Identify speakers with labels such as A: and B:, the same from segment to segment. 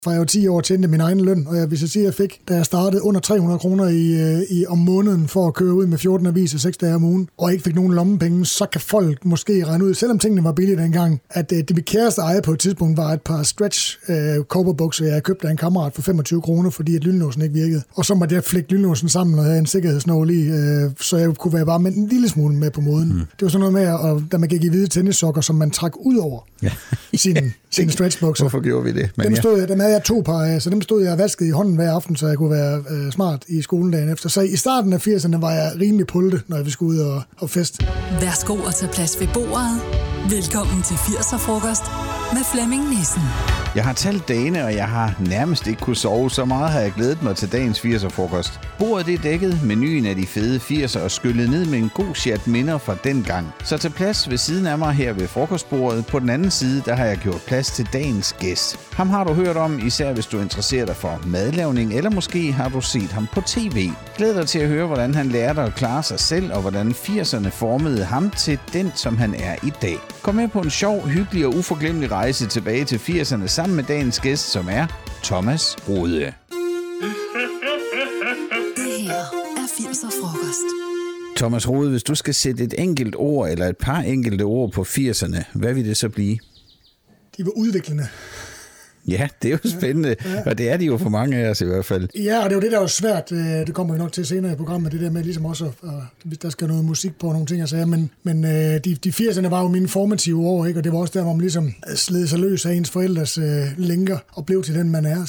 A: Fra jeg var 10 år tjente min egen løn, og hvis jeg siger, at jeg fik, da jeg startede, under 300 kroner om måneden for at køre ud med 14 aviser 6 dage om ugen, og ikke fik nogen lommepenge, så kan folk måske regne ud, selvom tingene var billige dengang, at det mit kæreste eje på et tidspunkt var et par stretch cowboybukser, jeg købte af en kammerat for 25 kroner, fordi at lynlåsen ikke virkede. Og så måtte jeg flække lynlåsen sammen og have en sikkerhedsnål i, så jeg kunne være bare med en lille smule med på måden. Det var sådan noget med, da man gik i hvide tennissokker, som man trak ud over sine stretchbukser.
B: Hvorfor gjorde vi det? Men
A: dem havde jeg 2 par af, så dem stod jeg og vaskede i hånden hver aften, så jeg kunne være smart i skolen dagen efter. Så i starten af 80'erne var jeg rimelig pulte, når jeg skulle ud og fest.
C: Værsgo at tage plads ved bordet. Velkommen til 80'er-frokost med Flemming Nissen.
B: Jeg har talt dagene, og jeg har nærmest ikke kunne sove. Så meget har jeg glædet mig til dagens 80'er-frokost. Bordet er dækket, menuen af de fede 80'er og skyllet ned med en god chat minder fra den gang. Så tag plads ved siden af mig her ved frokostbordet. På den anden side, der har jeg gjort plads til dagens gæst. Ham har du hørt om, især hvis du interesserer dig for madlavning, eller måske har du set ham på tv. Glæd dig til at høre, hvordan han lærte at klare sig selv, og hvordan 80'erne formede ham til den, som han er i dag. Kom med på en sjov, hyggelig og uforglemmelig rejse tilbage til 80'erne sammen med dagens gæst, som er Thomas Rode.
C: Det her er 80'er-frokost.
B: Thomas Rode, hvis du skal sætte et enkelt ord eller et par enkelte ord på 80'erne, hvad vil det så blive?
A: De var udviklende.
B: Ja, det er jo spændende, og det er de jo for mange af os i hvert fald.
A: Ja, og det er jo det, der er jo svært. Det kommer vi nok til senere i programmet, det der med ligesom også, der skal noget musik på nogle ting, jeg sagde. Men de 80'erne var jo mine formative år, ikke? Og det var også der, hvor man ligesom sled sig løs af ens forældres lænker og blev til den, man er.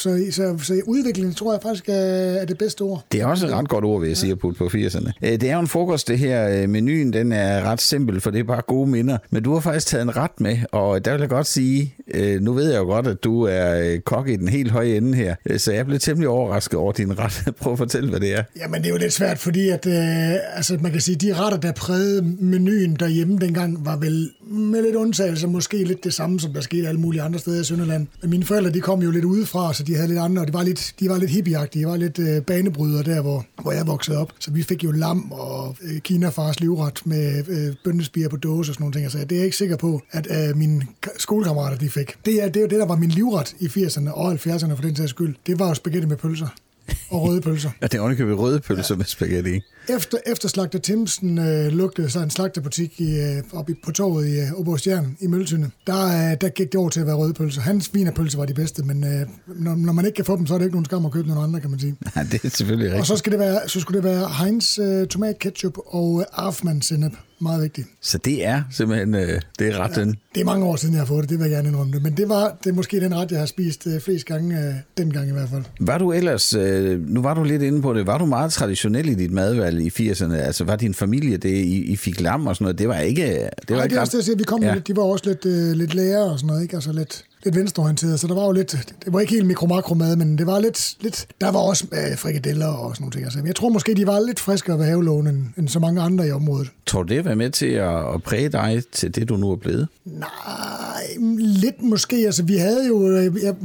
A: Så udvikling, tror jeg faktisk er det bedste ord.
B: Det er også et ret godt ord, vil jeg sige, at putte på 80'erne. Det er jo en frokost, det her. Menuen, den er ret simpel, for det er bare gode minder. Men du har faktisk taget en ret med, og der vil jeg godt sige, nu ved jeg jo godt, at du er kok i den helt høje ende her, så jeg blev temmelig overrasket over din ret. Prøv at fortælle, hvad det er.
A: Jamen, det er jo lidt svært, fordi at, man kan sige, de retter, der prægede menuen derhjemme dengang, var vel med lidt undtagelse måske lidt det samme, som der skete alle mulige andre steder i Sønderland. Men mine forældre, de kom jo lidt udefra, så de havde lidt andre, og de var lidt hippieagtige, de var lidt banebrydere der, hvor jeg voksede op. Så vi fik jo lam og kinafars livret med bønnespirer på dåse og sådan nogle ting. Så det er jeg ikke sikker på, at mine skolekammerater, de fik. Det er jo det, der var min livret i 80'erne og 70'erne for den sags skyld. Det var jo spaghetti med pølser. Og røde pølser.
B: Ja, det er ordentligt røde pølser med spaghetti.
A: Efter Slagter Timsen lukkede så en slagterbutik oppe på torvet i Åborgstjern i Mølletyne, der gik det over til at være røde pølser. Hans wienerpølser var de bedste, men når man ikke kan få dem, så er det ikke nogen skam at købe nogle andre, kan man sige.
B: Ja, det er selvfølgelig rigtigt.
A: Og så skulle det være Heinz tomat ketchup og Arfmann sennep. Meget vigtigt.
B: Så det er simpelthen, det er retten.
A: Det er mange år siden, jeg har fået det, det vil jeg gerne indrømme det. Men det er måske den ret, jeg har spist flest gange, den gang i hvert fald.
B: Var du ellers, nu var du lidt inde på det, var du meget traditionel i dit madvalg i 80'erne? Altså var din familie det, I fik lam og sådan noget? Det var ikke...
A: Det er også det, at sige, vi kom lidt, de var også lidt lærer og sådan noget, ikke? Altså lidt venstreorienteret, så der var jo lidt, det var ikke helt mikro-makro-mad, men det var lidt der var også frikadeller og sådan nogle ting. Altså, jeg tror måske, de var lidt friskere ved havelågen end så mange andre i området.
B: Tror du, det var med til at præge dig til det, du nu er blevet?
A: Nej, lidt måske. Altså, vi havde jo,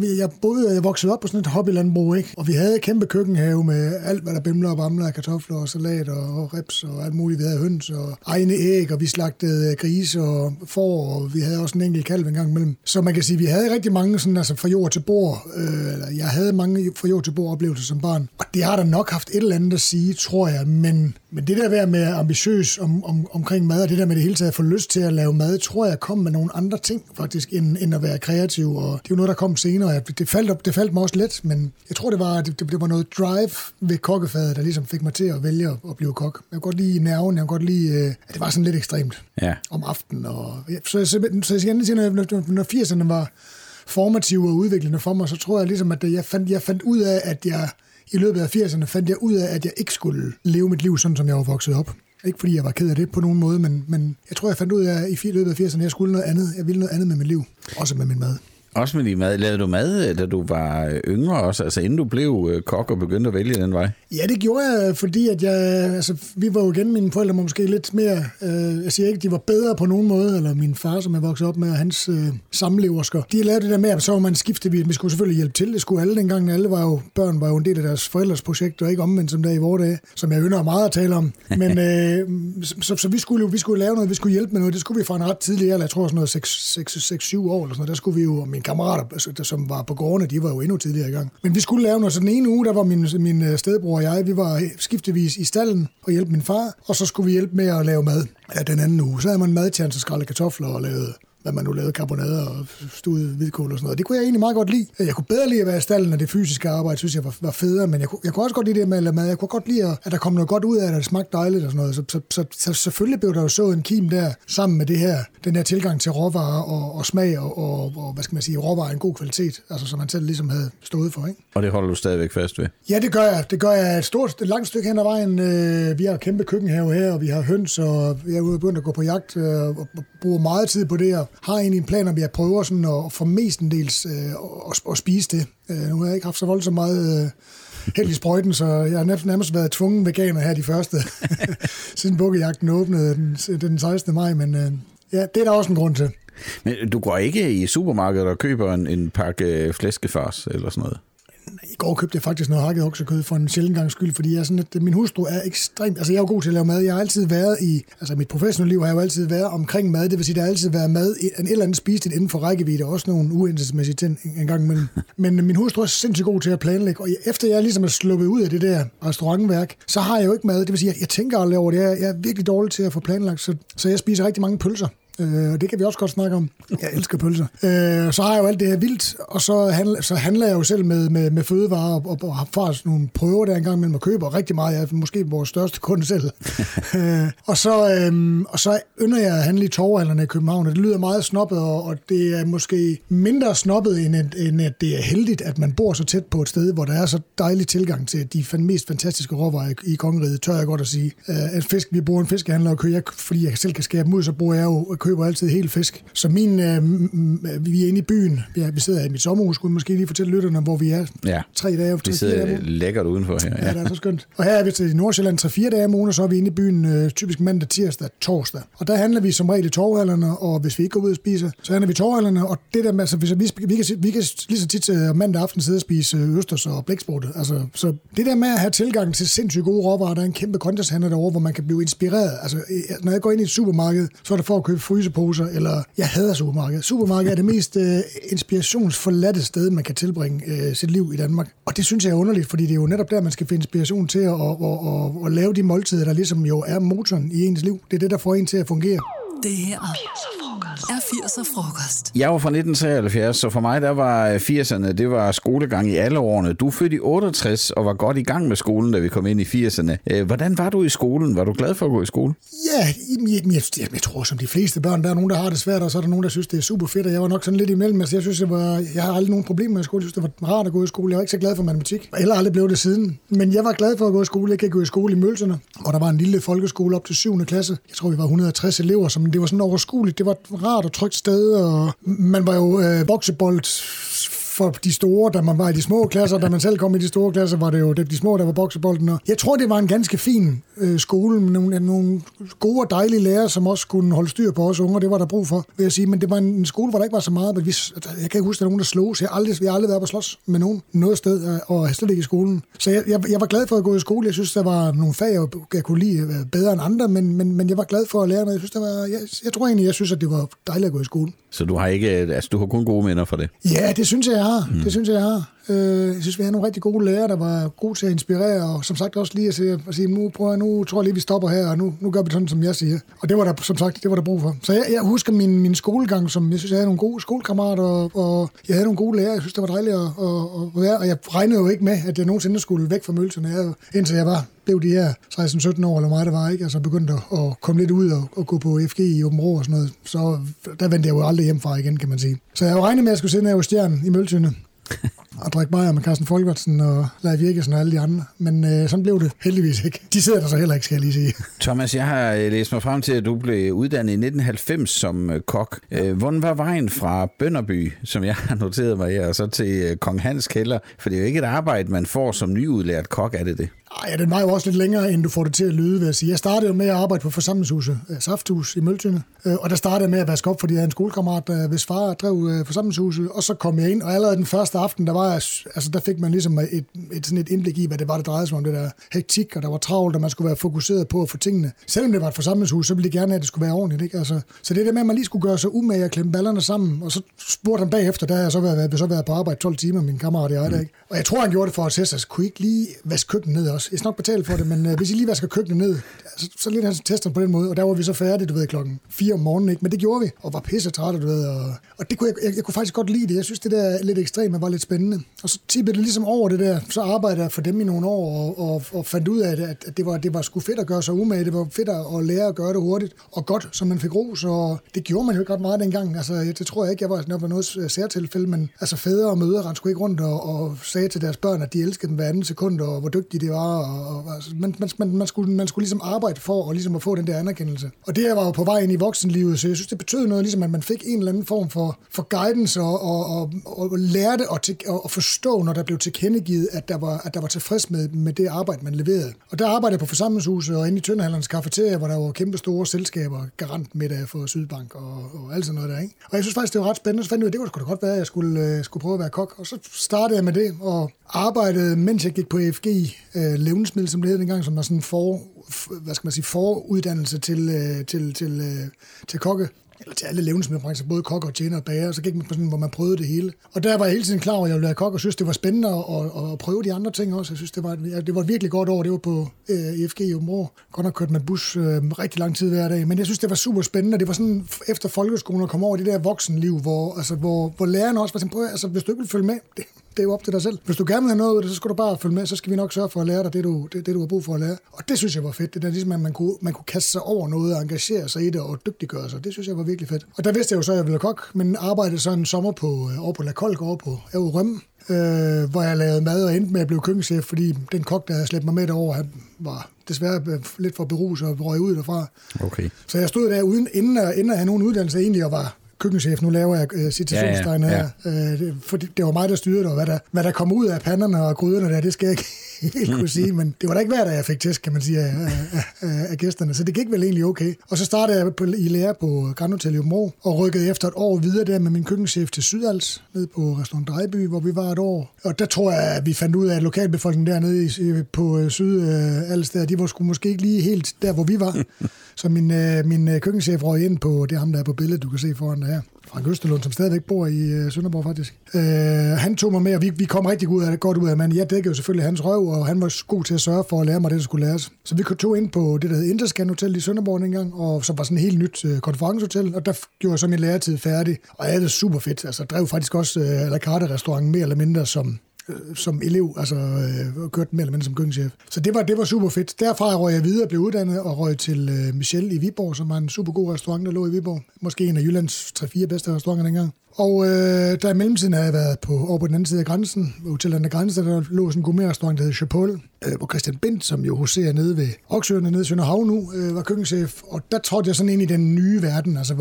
A: jeg voksede op på sådan et hobbylandbrug, ikke? Og vi havde et kæmpe køkkenhave med alt, hvad der bimler og bamler af kartofler og salat og rips og alt muligt. Vi havde høns og egne æg, og vi slagtede grise og får, og vi havde også en enkelt kalv en gang imellem. Så man kan sige, vi havde rigtig mange sådan, altså fra jord til bord, jeg havde mange fra jord til bord oplevelser som barn. Og det har der nok haft et eller andet at sige, tror jeg, men det der ved at være ambitiøs omkring mad, og det der med det hele taget at få lyst til at lave mad, tror jeg kom med nogle andre ting faktisk, end at være kreativ, og det er jo noget, der kom senere. Det faldt mig også let, men jeg tror, det var noget drive ved kokkefadet, der ligesom fik mig til at vælge at blive kok. Jeg kunne godt lide nerven, jeg kunne godt lide, at det var sådan lidt ekstremt om aftenen. Så jeg skal sige, når 80'erne var formative og udviklende for mig, så tror jeg ligesom, at jeg fandt ud af, at jeg i løbet af 80'erne fandt jeg ud af, at jeg ikke skulle leve mit liv sådan, som jeg var vokset op. Ikke fordi jeg var ked af det på nogen måde, men jeg tror, jeg fandt ud af i løbet af 80'erne, at jeg skulle noget andet. Jeg ville noget andet med mit liv. Også med min mad.
B: Også med din mad. Lavede du mad, da du var yngre også? Altså inden du blev kok og begyndte at vælge den vej? Ja,
A: det gjorde jeg, fordi at vi var jo igen, mine forældre var måske lidt mere, jeg siger ikke, de var bedre på nogen måde, eller min far, som jeg voksede op med, og hans samleversker. De lavede det der med, at så var man skiftet, vi skulle selvfølgelig hjælpe til. Det skulle alle dengang. Børn var jo en del af deres forældres projekt, og ikke omvendt som der i vore dage, som jeg ynder meget at tale om. Men så vi skulle lave noget, vi skulle hjælpe med noget. Det skulle vi fra en ret tidlig alder, jeg tror sådan noget 6-7 år eller sådan noget. Der skulle vi jo, mine kammerater, som var på gårdene, de var jo endnu tidligere i gang. Men vi skulle lave noget, så den ene uge, der var min stedbror og jeg, vi var skiftevis i stallen og hjælpe min far, og så skulle vi hjælpe med at lave mad den anden uge. Så havde man madtjans og skrælle kartofler og lavede hvad man nu lavede, karbonader og stuede hvidkål og sådan noget. Det kunne jeg egentlig meget godt lide. Jeg kunne bedre lide at være i stallen, og det fysiske arbejde, synes jeg var federe, men jeg kunne også godt lide det med at lave mad. Jeg kunne godt lide, at der kom noget godt ud af det, det smagte dejligt og sådan noget. Så selvfølgelig blev der jo sået en kim der, sammen med den her tilgang til råvarer og smag og hvad skal man sige, råvarer af en god kvalitet, altså som man selv ligesom havde stået for, ikke?
B: Og det holder du stadigvæk fast ved? Ja,
A: det gør jeg. Det gør jeg et langt stykke hen ad vejen. Vi har kæmpe køkkenhave her, og vi har høns, og jeg er begyndt at gå på jagt og bruger meget tid på det, og har egentlig en plan, om jeg prøver sådan at få mestendels at spise det. Nu har jeg ikke haft så voldsomt meget held i sprøjten, så jeg har nærmest været tvungen veganer her de første, siden bukkejagten åbnede den 16. maj, men ja, det er der også en grund til.
B: Men du går ikke i supermarkedet og køber en pakke flæskefars eller sådan noget?
A: I går købte jeg faktisk noget hakket oksekød for en sjældent gang skyld, fordi jeg sådan, at min hustru er ekstremt... Altså, jeg er jo god til at lave mad. Jeg har altid været mit professionelle liv har jo altid været omkring mad. Det vil sige, der har altid været mad, en eller anden spist inden for rækkevidde, også nogle uindsigtsmæssige ting en gang imellem. Men min hustru er sindssygt god til at planlægge, og efter jeg ligesom er sluppet ud af det der restaurantværk, så har jeg jo ikke mad. Det vil sige, jeg tænker aldrig over det. Jeg er virkelig dårlig til at få planlagt, så jeg spiser rigtig mange pølser. Og det kan vi også godt snakke om. Jeg elsker pølser. Så har jeg jo alt det her vildt, og så handler jeg jo selv med fødevarer, og har faktisk nogle prøver der engang mellem at købe, og rigtig meget. Jeg er måske vores største kunde selv. Og så ynder jeg at handle i torvehandlerne i København, og det lyder meget snobbet, og det er måske mindre snobbet, end at det er heldigt, at man bor så tæt på et sted, hvor der er så dejlig tilgang til de mest fantastiske råvarer i kongeriget, tør jeg godt at sige. Vi bruger en fiskehandler, og fordi jeg selv kan skære dem ud, så bruger jeg jo køber altid helt fisk. Så vi er inde i byen. Vi sidder i mit sommerhus, skulle måske lige fortælle lytterne, hvor vi er 3 dage.
B: Vi sidder lækkert udenfor her.
A: Ja, det er så skønt. Og her er vi til Nordsjælland 3-4 dage om ugen, og så er vi inde i byen typisk mandag, tirsdag, torsdag. Og der handler vi som regel i torvehallerne, og hvis vi ikke går ud og spiser, så handler vi i torvehallerne, og det der med, altså, vi kan lige så tit mandag aften sidde og spise østers og blæksprutte. Altså, så det der med at have tilgang til sindssygt gode råvarer, der er en kæmpe grøntsagshandler derovre, hvor man kan blive inspireret. Altså, når jeg går ind i et supermarked, så er det for at købe fryseposer, eller jeg hader supermarkedet. Supermarkedet er det mest inspirationsforladte sted, man kan tilbringe sit liv i Danmark. Og det synes jeg er underligt, fordi det er jo netop der, man skal finde inspiration til at lave de måltider, der ligesom jo er motoren i ens liv. Det er det, der får en til at fungere.
C: Det her er 80'er frokost.
B: Jeg var fra 1973, så for mig der var 80'erne, det var skolegang i alle årene. Du er født i 68 og var godt i gang med skolen, da vi kom ind i 80'erne. Hvordan var du i skolen? Var du glad for at gå i skole?
A: Ja, jeg tror som de fleste børn, der er nogen, der har det svært, og så er der nogen, der synes, det er super fedt, og jeg var nok sådan lidt imellem. Altså, jeg synes, jeg har aldrig nogen problemer med skole. Jeg synes, det var rart at gå i skole. Jeg var ikke så glad for matematik, og heller aldrig blev det siden. Men jeg var glad for at gå i skole. Jeg gik gå i skole i Mølserne, og der var en lille folkeskole op til 7. klasse. Jeg tror, vi var 160 elever, så det var sådan overskueligt. Det var et rart og trygt sted, og man var jo boksebold for de store, da man var i de små klasser. Da man selv kom i de store klasser, var det jo de små, der var boksebolden. Og jeg tror, det var en ganske fin skole med nogle gode og dejlige lærere, som også kunne holde styr på os unger. Det var der brug for, vil jeg sige. Men det var en skole, hvor der ikke var så meget. Men jeg kan ikke huske, at der var nogen, der slogs. Jeg har aldrig været op og slås med nogen noget sted, og slet ikke i skolen. Så jeg var glad for at gå i skole. Jeg synes, der var nogle fag, jeg kunne lide bedre end andre, men jeg var glad for at lære noget. Jeg tror egentlig, jeg synes, at det var dejligt at gå i skole.
B: Så du har ikke, altså du har kun gode minder for det?
A: Ja, det synes jeg har. Det synes jeg har. Jeg synes, vi havde nogle rigtig gode lærere, der var gode til at inspirere, og som sagt også lige at sige, nu tror jeg lige, vi stopper her, og nu gør vi sådan, som jeg siger. Og det var der, som sagt, det var der brug for. Så jeg husker min skolegang, som jeg synes, jeg havde nogle gode skolekammerater, og jeg havde nogle gode lærere. Jeg synes, det var dejligt at være, og jeg regnede jo ikke med, at jeg nogensinde skulle væk fra Mølserne, indtil jeg blev de her 16-17 år, eller meget det var, ikke? Altså begyndte at komme lidt ud og gå på FG i Åben Rå og sådan noget. Så der vendte jeg jo aldrig hjem fra igen, kan man sige. Så jeg regnede med, at jeg skulle sidde nede hos Stjernen i Mølserne og drikke bajer med Carsten Folkertsen og Leif Virkesen og alle de andre. Men sådan blev det heldigvis ikke. De sidder der så heller ikke, skal jeg lige sige.
B: Thomas, jeg har læst mig frem til, at du blev uddannet i 1990 som kok. Hvordan var vejen fra Bønderby, som jeg har noteret mig her, og så til Kong Hans Kælder? For det er jo ikke et arbejde, man får som nyudlært kok, er det det?
A: Ja, den var jo også lidt længere, end du får det til at lyde, vil jeg sige. Jeg startede jo med at arbejde på forsamlingshuset, Safthus i Møltønde, og der startede jeg med at vaske op, fordi jeg havde en skolekammerat, hvis far drev forsamlingshuset, og så kom jeg ind, og allerede den første aften, der var der fik man ligesom sådan et indblik i, hvad det var, det drejede sig om, det der hektik, og der var travlt, og man skulle være fokuseret på at få tingene. Selvom det var et forsamlingshus, så ville de gerne have, at det skulle være ordentligt, ikke? Altså, så det der med, at man lige skulle gøre sig umage og klemme ballerne sammen, og så spurgte han bagefter, der har jeg så været på arbejde 12 timer, min kammerat og jeg, ikke? Og jeg tror, han gjorde det for at teste os. Kunne I ikke lige vaske køkkenet ned også? Jeg skal nok betale for det, men hvis I lige vasker køkkenet ned, så lidt han tester på den måde, og der var vi så færdige, klokken 4 om morgenen, ikke? Men det gjorde vi, og var pisse trætte, og det kunne jeg kunne faktisk godt lide det. Jeg synes, det der lidt ekstremt var lidt spændende. Og så tippede det ligesom over det der, så arbejdede jeg for dem i nogle år, og fandt ud af, at det var sgu fedt at gøre sig umage, det var fedt at lære at gøre det hurtigt og godt, så man fik ros, og det gjorde man jo ikke ret meget dengang. Altså, det tror jeg ikke, jeg var noget særtilfælde, men altså fædre og mødre rendte sgu ikke rundt og sagde til deres børn, at de elskede dem hver anden sekund, og hvor dygtige det var. Altså, man skulle ligesom arbejde for ligesom at få den der anerkendelse. Og det var jo på vej ind i voksenlivet, så jeg synes, det betød noget, ligesom at man fik en eller anden form for guidance og lærte at forstå, når der blev tilkendegivet, at der var tilfreds med det arbejde, man leverede. Og der arbejdede jeg på forsamlingshuset og inde i Tønderhallernes Cafeteria, hvor der var kæmpe store selskaber, Garant middag for Sydbank og alt sådan noget der, ikke? Og jeg synes faktisk, det var ret spændende. Så fandt jeg ud af, det kunne da godt være, at jeg skulle prøve at være kok. Og så startede jeg med det og arbejdede, mens jeg gik på EFG, levnedsmiddel, som det hed dengang, som var sådan foruddannelse til kokke, eller til alle levnedsmiddelbrancher, både kok og tjener og bager, og så gik man på sådan, hvor man prøvede det hele. Og der var jeg hele tiden klar over, at jeg ville være kok, og synes, det var spændende at prøve de andre ting også. Jeg synes, det var et virkelig godt år. Det var på EFG i Aabenraa. Godt nok kørt med bus rigtig lang tid hver dag, men jeg synes, det var super spændende. Det var sådan, efter folkeskolen at komme over det der voksenliv, hvor lærerne også var sådan, altså, hvis du ikke vil følge med, det er jo op til dig selv. Hvis du gerne vil have noget ud af det, så skal du bare følge med, så skal vi nok sørge for at lære dig det, du har brug for at lære. Og det synes jeg var fedt. Det der ligesom, at man kunne kaste sig over noget og engagere sig i det og dygtiggøre sig. Det synes jeg var virkelig fedt. Og der vidste jeg jo så, at jeg ville være kok, men arbejdede så en sommer over på La Kolk, over på Rømme, hvor jeg lavede mad og endte med at blive køkkenchef, fordi den kok, der havde slæbt mig med derover, han var desværre lidt for beruset og røg ud derfra. Okay. Så jeg stod der inden at have nogen uddannelse egentlig, og var køkkenchef. Nu laver jeg citationstegn her. For det var mig, der styrede det, og hvad der kom ud af panderne og gryderne der, det skal jeg ikke helt kunne sige, men det var da ikke hver dag, jeg fik tæsk, kan man sige, af gæsterne, så det gik vel egentlig okay. Og så startede jeg i lære på Grand Hotel i Aabenraa, og rykkede efter et år videre der med min køkkenchef til Sydals, ned på Restaurant Drejby, hvor vi var et år. Og der tror jeg, at vi fandt ud af, at lokalbefolkningen dernede på Sydals der, de var sgu måske ikke lige helt der, hvor vi var. Så min køkkenchef røg ind på, det er ham, der er på billedet, du kan se foran dig her. Frank Østerlund, som stadigvæk bor i Sønderborg faktisk. Han tog mig med, og vi kom rigtig godt ud af, men jeg dækkede jo selvfølgelig hans røv, og han var god til at sørge for at lære mig det, der skulle læres. Så vi tog ind på det, der hed Interscan Hotel i Sønderborg dengang, og så var sådan et helt nyt konferencehotel, og der gjorde jeg så min læretid færdig, og jeg havde det super fedt. Altså, drev faktisk også la carte restaurant mere eller mindre som elev, altså kørte mere eller mindre som køkkenchef. Så det var super fedt. Derfra røg jeg videre, blev uddannet og røg til Michel i Viborg, som var en super god restaurant, der lå i Viborg. Måske en af Jyllands 3-4 bedste restauranter dengang. Og der i mellemtiden havde jeg været over på den anden side af grænsen, Hotel af Grænsen, der lå sådan en gourmet-restaurant, der hed Chapeau, hvor Christian Bindt, som jo huserer nede ved Oksøerne, nede i Sønderhav nu, var køkkenchef. Og der trådte jeg sådan ind i den nye verden, altså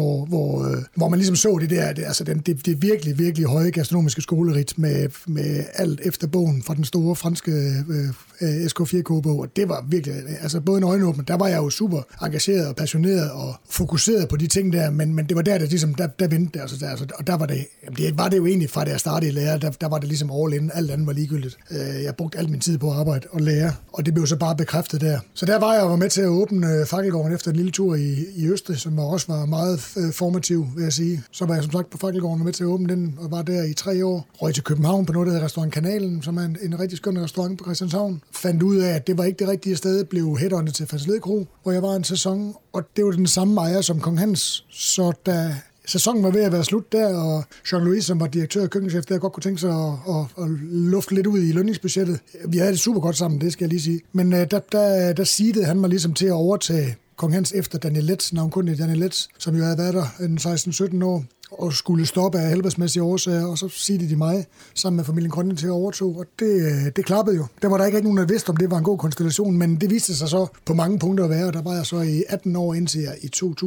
A: hvor man ligesom så det der, det virkelig, virkelig høje gastronomiske skolerit med alt efter bogen fra den store franske SK4K-bog, og det var virkelig, altså både en øjenåbner, der var jeg jo super engageret og passioneret og fokuseret på de ting der, men det var der ligesom, der vendte det, altså, og der var det var det jo egentlig fra da jeg startede i lære, der var det ligesom all in, alt andet var ligegyldigt. Jeg brugte al min tid på at arbejde og lære, og det blev så bare bekræftet der. Så der var jeg med til at åbne Fakkelgården efter en lille tur i Østrig, som også var meget formativ, vil jeg sige. Så var jeg som sagt på Fakkelgården med til at åbne den, og var der i 3 år. Røg til København på noget, der hedder Restaurant Kanalen, som er en rigtig skøn restaurant på Christianshavn. Fandt ud af, at det var ikke det rigtige sted, blev headhunted til Fredsled Kro, hvor jeg var en sæson, og det var den samme ejer som Kong Hans, så da sæsonen var ved at være slut der, og Jean-Louis, som var direktør og køkkenchef, der godt kunne tænke sig at lufte lidt ud i lønningsbudgettet. Vi havde det super godt sammen, det skal jeg lige sige. Men der seedede han mig ligesom til at overtage Kong Hans efter Daniel Letz, navnkundig Daniel Letz, som jo havde været der 16-17 år, og skulle stoppe af helbredsmæssige årsager, og så seedede de mig sammen med familien Grønne til at overtog, og det klappede jo. Der var der ikke rigtig nogen, der vidste, om det var en god konstellation, men det viste sig så på mange punkter at være, og der var jeg så i 18 år indtil jeg i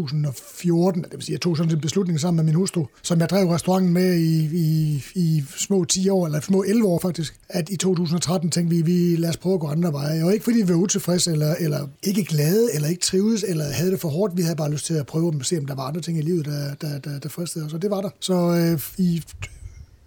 A: 2014, det vil sige, jeg tog sådan en beslutning sammen med min hustru, som jeg drev restauranten med i små 10 år, eller små 11 år faktisk, at i 2013 tænkte vi lad os prøve at gå andre veje, og ikke fordi vi var utilfredse, eller ikke glade, eller ikke trivedes, eller havde det for hårdt, vi havde bare lyst til at prøve at se, om der var andre ting i livet, der fristede os. Og det var der. Så i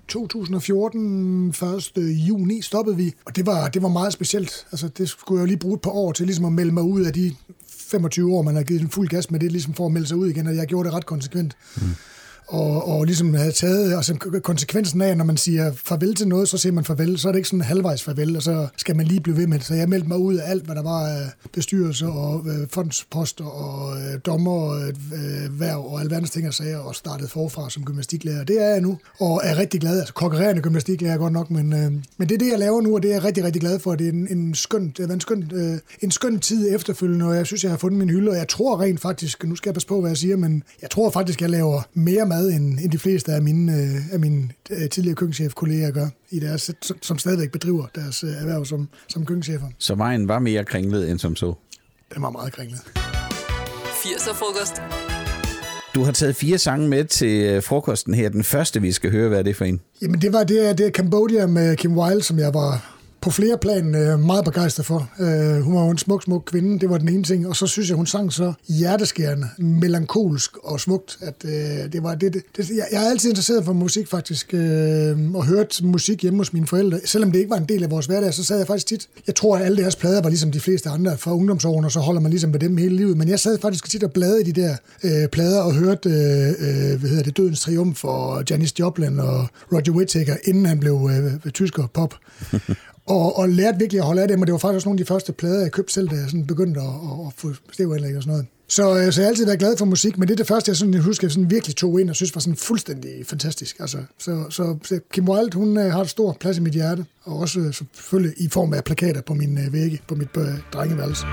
A: 2014, 1. juni stoppede vi, og det var meget specielt. Altså, det skulle jeg jo lige bruge et par år til ligesom at melde mig ud af de 25 år, man har givet en fuld gas med det, ligesom for at melde sig ud igen, og jeg gjorde det ret konsekvent. Og ligesom havde taget, altså konsekvensen af, når man siger farvel til noget, så siger man farvel, så er det ikke sådan en halvvejs farvel, og så skal man lige blive ved med det. Så jeg meldte mig ud af alt, hvad der var af bestyrelser og fondsposter og dommer, værv og alverdens ting og sager, og startede forfra som gymnastiklærer. Det er jeg nu, og er rigtig glad. Altså konkurrerende gymnastiklærer godt nok, men det er det, jeg laver nu, og det er jeg rigtig, rigtig glad for. Det er en skøn tid efterfølgende, og jeg synes, jeg har fundet min hylde, og jeg tror rent faktisk, nu skal jeg passe på, hvad jeg siger, men jeg tror faktisk, jeg laver mere mad, end de fleste af mine tidligere køkkenchef-kolleger gør, i deres, som stadigvæk bedriver deres erhverv som køkkenchefer.
B: Så vejen var mere kringlet end som så?
A: Den var meget kringlet.
C: 80'er-frokost.
B: Du har taget 4 sange med til frokosten her. Den første, vi skal høre, hvad er det for en?
A: Jamen, det er Cambodia med Kim Wilde, som jeg var på flere plan meget begejstret for. Hun var jo en smuk kvinde, det var den ene ting, og så synes jeg, hun sang så hjerteskærende, melankolsk og smukt, at det var det. Jeg er altid interesseret for musik faktisk, og hørt musik hjemme hos mine forældre. Selvom det ikke var en del af vores hverdag, så sad jeg faktisk tit. Jeg tror, at alle deres plader var ligesom de fleste andre fra ungdomsårene, og så holder man ligesom med dem hele livet. Men jeg sad faktisk tit og bladede i de der plader og hørte, Dødens Triumf og Janis Joplin og Roger Whittaker, inden han blev tysker pop. Og lærte virkelig at holde af dem, og det var faktisk også nogle af de første plader, jeg købte selv, da jeg sådan begyndte at få stereoanlæg og sådan noget. Så jeg har altid været glad for musik, men det er det første, jeg husker, jeg sådan virkelig tog ind og synes var sådan fuldstændig fantastisk. Altså, så Kim Wilde, hun har et stort plads i mit hjerte, og også selvfølgelig i form af plakater på min vægge, på mit drengeværelse.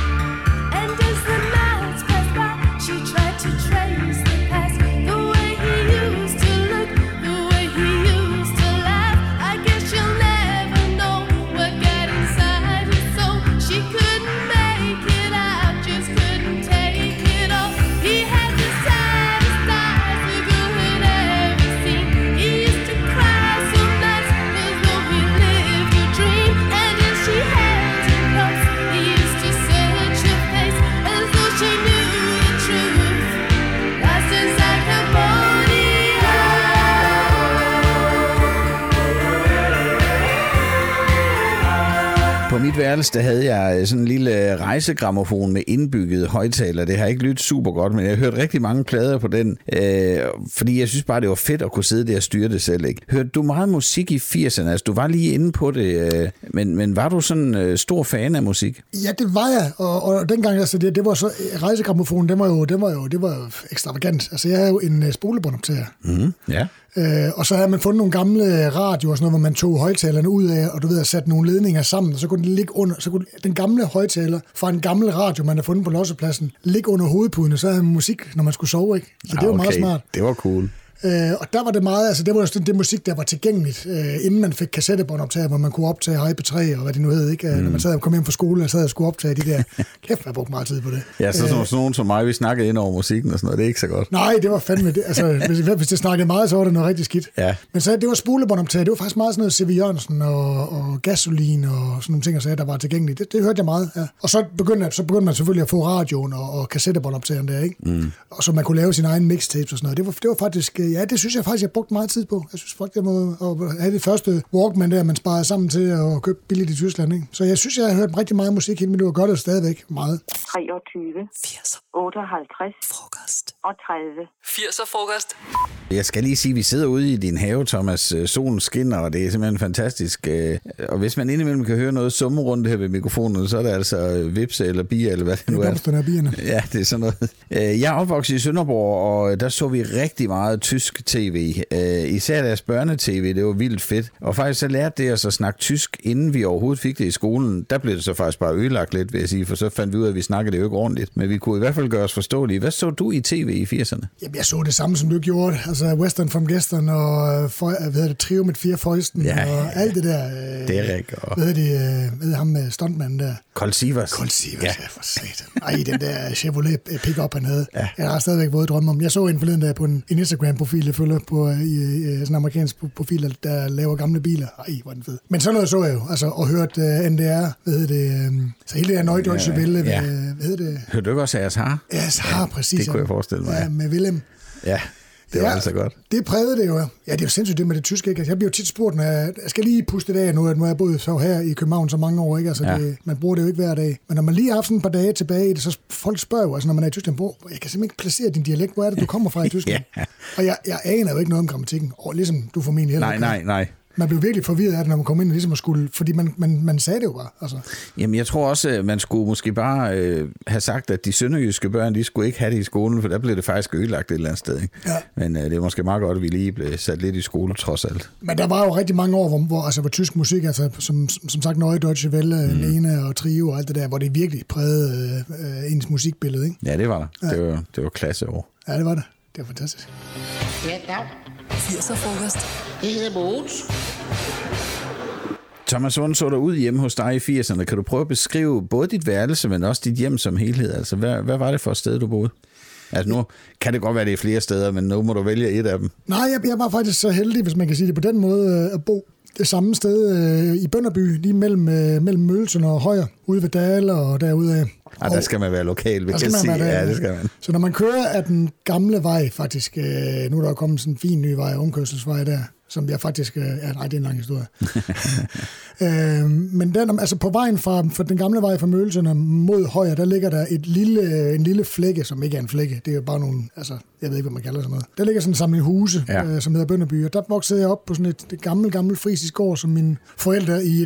B: På mit værelse, der havde jeg sådan en lille rejsegrammofon med indbygget højtaler. Det har ikke lyttet super godt, men jeg har hørt rigtig mange plader på den, fordi jeg synes bare, det var fedt at kunne sidde der og styre det selv. Ikke? Hørte du meget musik i 80'erne? Altså, du var lige inde på det, men var du sådan stor fan af musik?
A: Ja, det var jeg, og dengang, altså det var så, rejsegrammofon, det var jo ekstravagant. Altså, jeg havde jo en spolebåndoptager.
B: Ja.
A: Og så havde man fundet nogle gamle radioer og sådan noget, hvor man tog højtalerne ud af, og du ved, at sætte nogle ledninger sammen, og så kunne den ligge under, så kunne den gamle højtaler fra en gammel radio, man havde fundet på lossepladsen, ligge under hovedpuden, og så havde man musik, når man skulle sove, ikke? Så det var meget smart.
B: Det var cool.
A: Og der var det meget, altså det var jo det musik, der var tilgængeligt, inden man fik kassettebåndoptager, hvor man kunne optage IP3 og hvad det nu hed, ikke? Når man sad og kom hjem fra skole og sad og skulle optage de der, kæft, jeg brugte meget tid på det.
B: Ja, så sådan nogen som mig, vi snakkede ind over musikken og sådan noget, det er ikke så godt.
A: Nej, det var fandme det. Altså, hvis det snakkede meget, så var det noget rigtig skidt.
B: Ja.
A: Men så det var spolebåndoptager, det var faktisk meget sådan noget C.V. Jørgensen og Gasolin og sådan nogle ting, der var tilgængeligt. Det hørte jeg meget, ja. Og så begyndte man selvfølgelig at få radioen og kassettebåndoptageren der, ikke? Og så man kunne lave sin egen mixtapes og sådan noget. Det var faktisk, ja, det synes jeg faktisk, jeg brugte meget tid på. Jeg synes faktisk, jeg må have det første Walkman der, man sparede sammen til at købe billigt i Tyskland, ikke? Så jeg synes, jeg har hørt rigtig meget musik hele mit liv, og gør det stadigvæk meget.
D: 23,
C: 80'er.
D: 58
C: Frokost.
D: og 30.
C: 80'er frokost.
B: Jeg skal lige sige, at vi sidder ude i din have, Thomas. Solen skinner, og det er simpelthen fantastisk. Og hvis man indimellem kan høre noget summe rundt her ved mikrofonen, så er det altså vipse eller bier, eller hvad det nu er.
A: Blomsterne af bierne.
B: Ja, det er sådan noget. Jeg er opvokset i Sønderborg, og der så vi rigtig meget tysk tv. Især deres børnetv, det var vildt fedt. Og faktisk så lærte det os at snakke tysk, inden vi overhovedet fik det i skolen. Der blev det så faktisk bare ødelagt lidt, vil jeg sige, for så fandt vi ud af, at vi snakkede det jo ikke ordentligt. Men vi kunne i hvert fald gøre os forståelige. Hvad så du i tv i 80'erne?
A: Jamen, jeg så det samme, som du gjorde. Altså Western from Gestern og Trio med 4 Føjsten, ja, og alt det der.
B: Derek og...
A: Ved ham med stuntmanden der.
B: Colt Sievers.
A: Ja, for satan. Ej, den der Chevrolet pick-up, han havde. Ja. Jeg har stadigvæk våde drømme om. Jeg så en forleden der på en Instagram-profil, jeg følger på i sådan en amerikansk profil, der laver gamle biler. Ej, hvor den fed. Men sådan noget så jeg jo. Altså, og hørt NDR, så hele det her Neue Deutsche Welle,
B: Hørte du ikke også Ars Har?
A: Ars Har, præcis.
B: Det kunne jeg forestille mig.
A: Ja, med Willem.
B: Ja. Det var altså godt.
A: Det prægede det jo. Ja, det er jo sindssygt det med det tyske, ikke? Altså, jeg bliver jo tit spurgt, når jeg skal lige puste det af nu, at nu har jeg boet så her i København så mange år, ikke? Altså, man bruger det jo ikke hver dag. Men når man lige har haft sådan et par dage tilbage i det, så folk spørger jo, altså når man er i Tyskland, jeg kan simpelthen ikke placere din dialekt. Hvor er det, du kommer fra i Tyskland? Og jeg aner jo ikke noget om grammatikken, og ligesom du formentlig heller ikke. Nej. Man blev virkelig forvirret af det, når man kom ind og ligesom skulle, fordi man sagde det jo bare. Altså.
B: Jamen, jeg tror også, man skulle måske bare have sagt, at de sønderjyske børn, de skulle ikke have det i skolen, for der blev det faktisk ødelagt et eller andet sted. Ikke? Ja. Men det er måske meget godt, at vi lige blev sat lidt i skole, trods alt. Men
A: der var jo rigtig mange år, hvor tysk musik, altså som sagt Neue Deutsche Welle, Lene og Trio og alt det der, hvor det virkelig prægede ens musikbillede. Ikke?
B: Ja, det var der. Ja. Det var klasseår.
A: Ja, det var det. Det var fantastisk.
D: Ja, dag.
C: 80'er-frokost.
D: Det hedder Mogens.
B: Thomas, hvordan så der ud hjemme hos dig i 80'erne? Kan du prøve at beskrive både dit værelse, men også dit hjem som helhed? Altså, hvad var det for et sted, du boede? Altså nu kan det godt være, det er flere steder, men nu må du vælge et af dem.
A: Nej, jeg var faktisk så heldig, hvis man kan sige det på den måde, at bo det samme sted i Bønderby, lige mellem Mølsen og Højer, ude ved Dale og derude af.
B: Ja, der skal man være lokal, vil jeg sige. Ja, det skal man.
A: Så når man kører af den gamle vej, faktisk, nu er der kommet sådan en fin ny vej, omkørselsvej der, som jeg faktisk... nej, det er en lang historie. Men den, altså på vejen fra den gamle vej fra Mølsen mod Højer, der ligger der en lille flække, som ikke er en flække. Det er jo bare nogle... Altså, jeg ved ikke, hvad man kalder sådan noget. Der ligger sådan en samling huse, som hedder Bønderby, og der voksede jeg op på sådan et gammel frisisk gård, som mine forældre i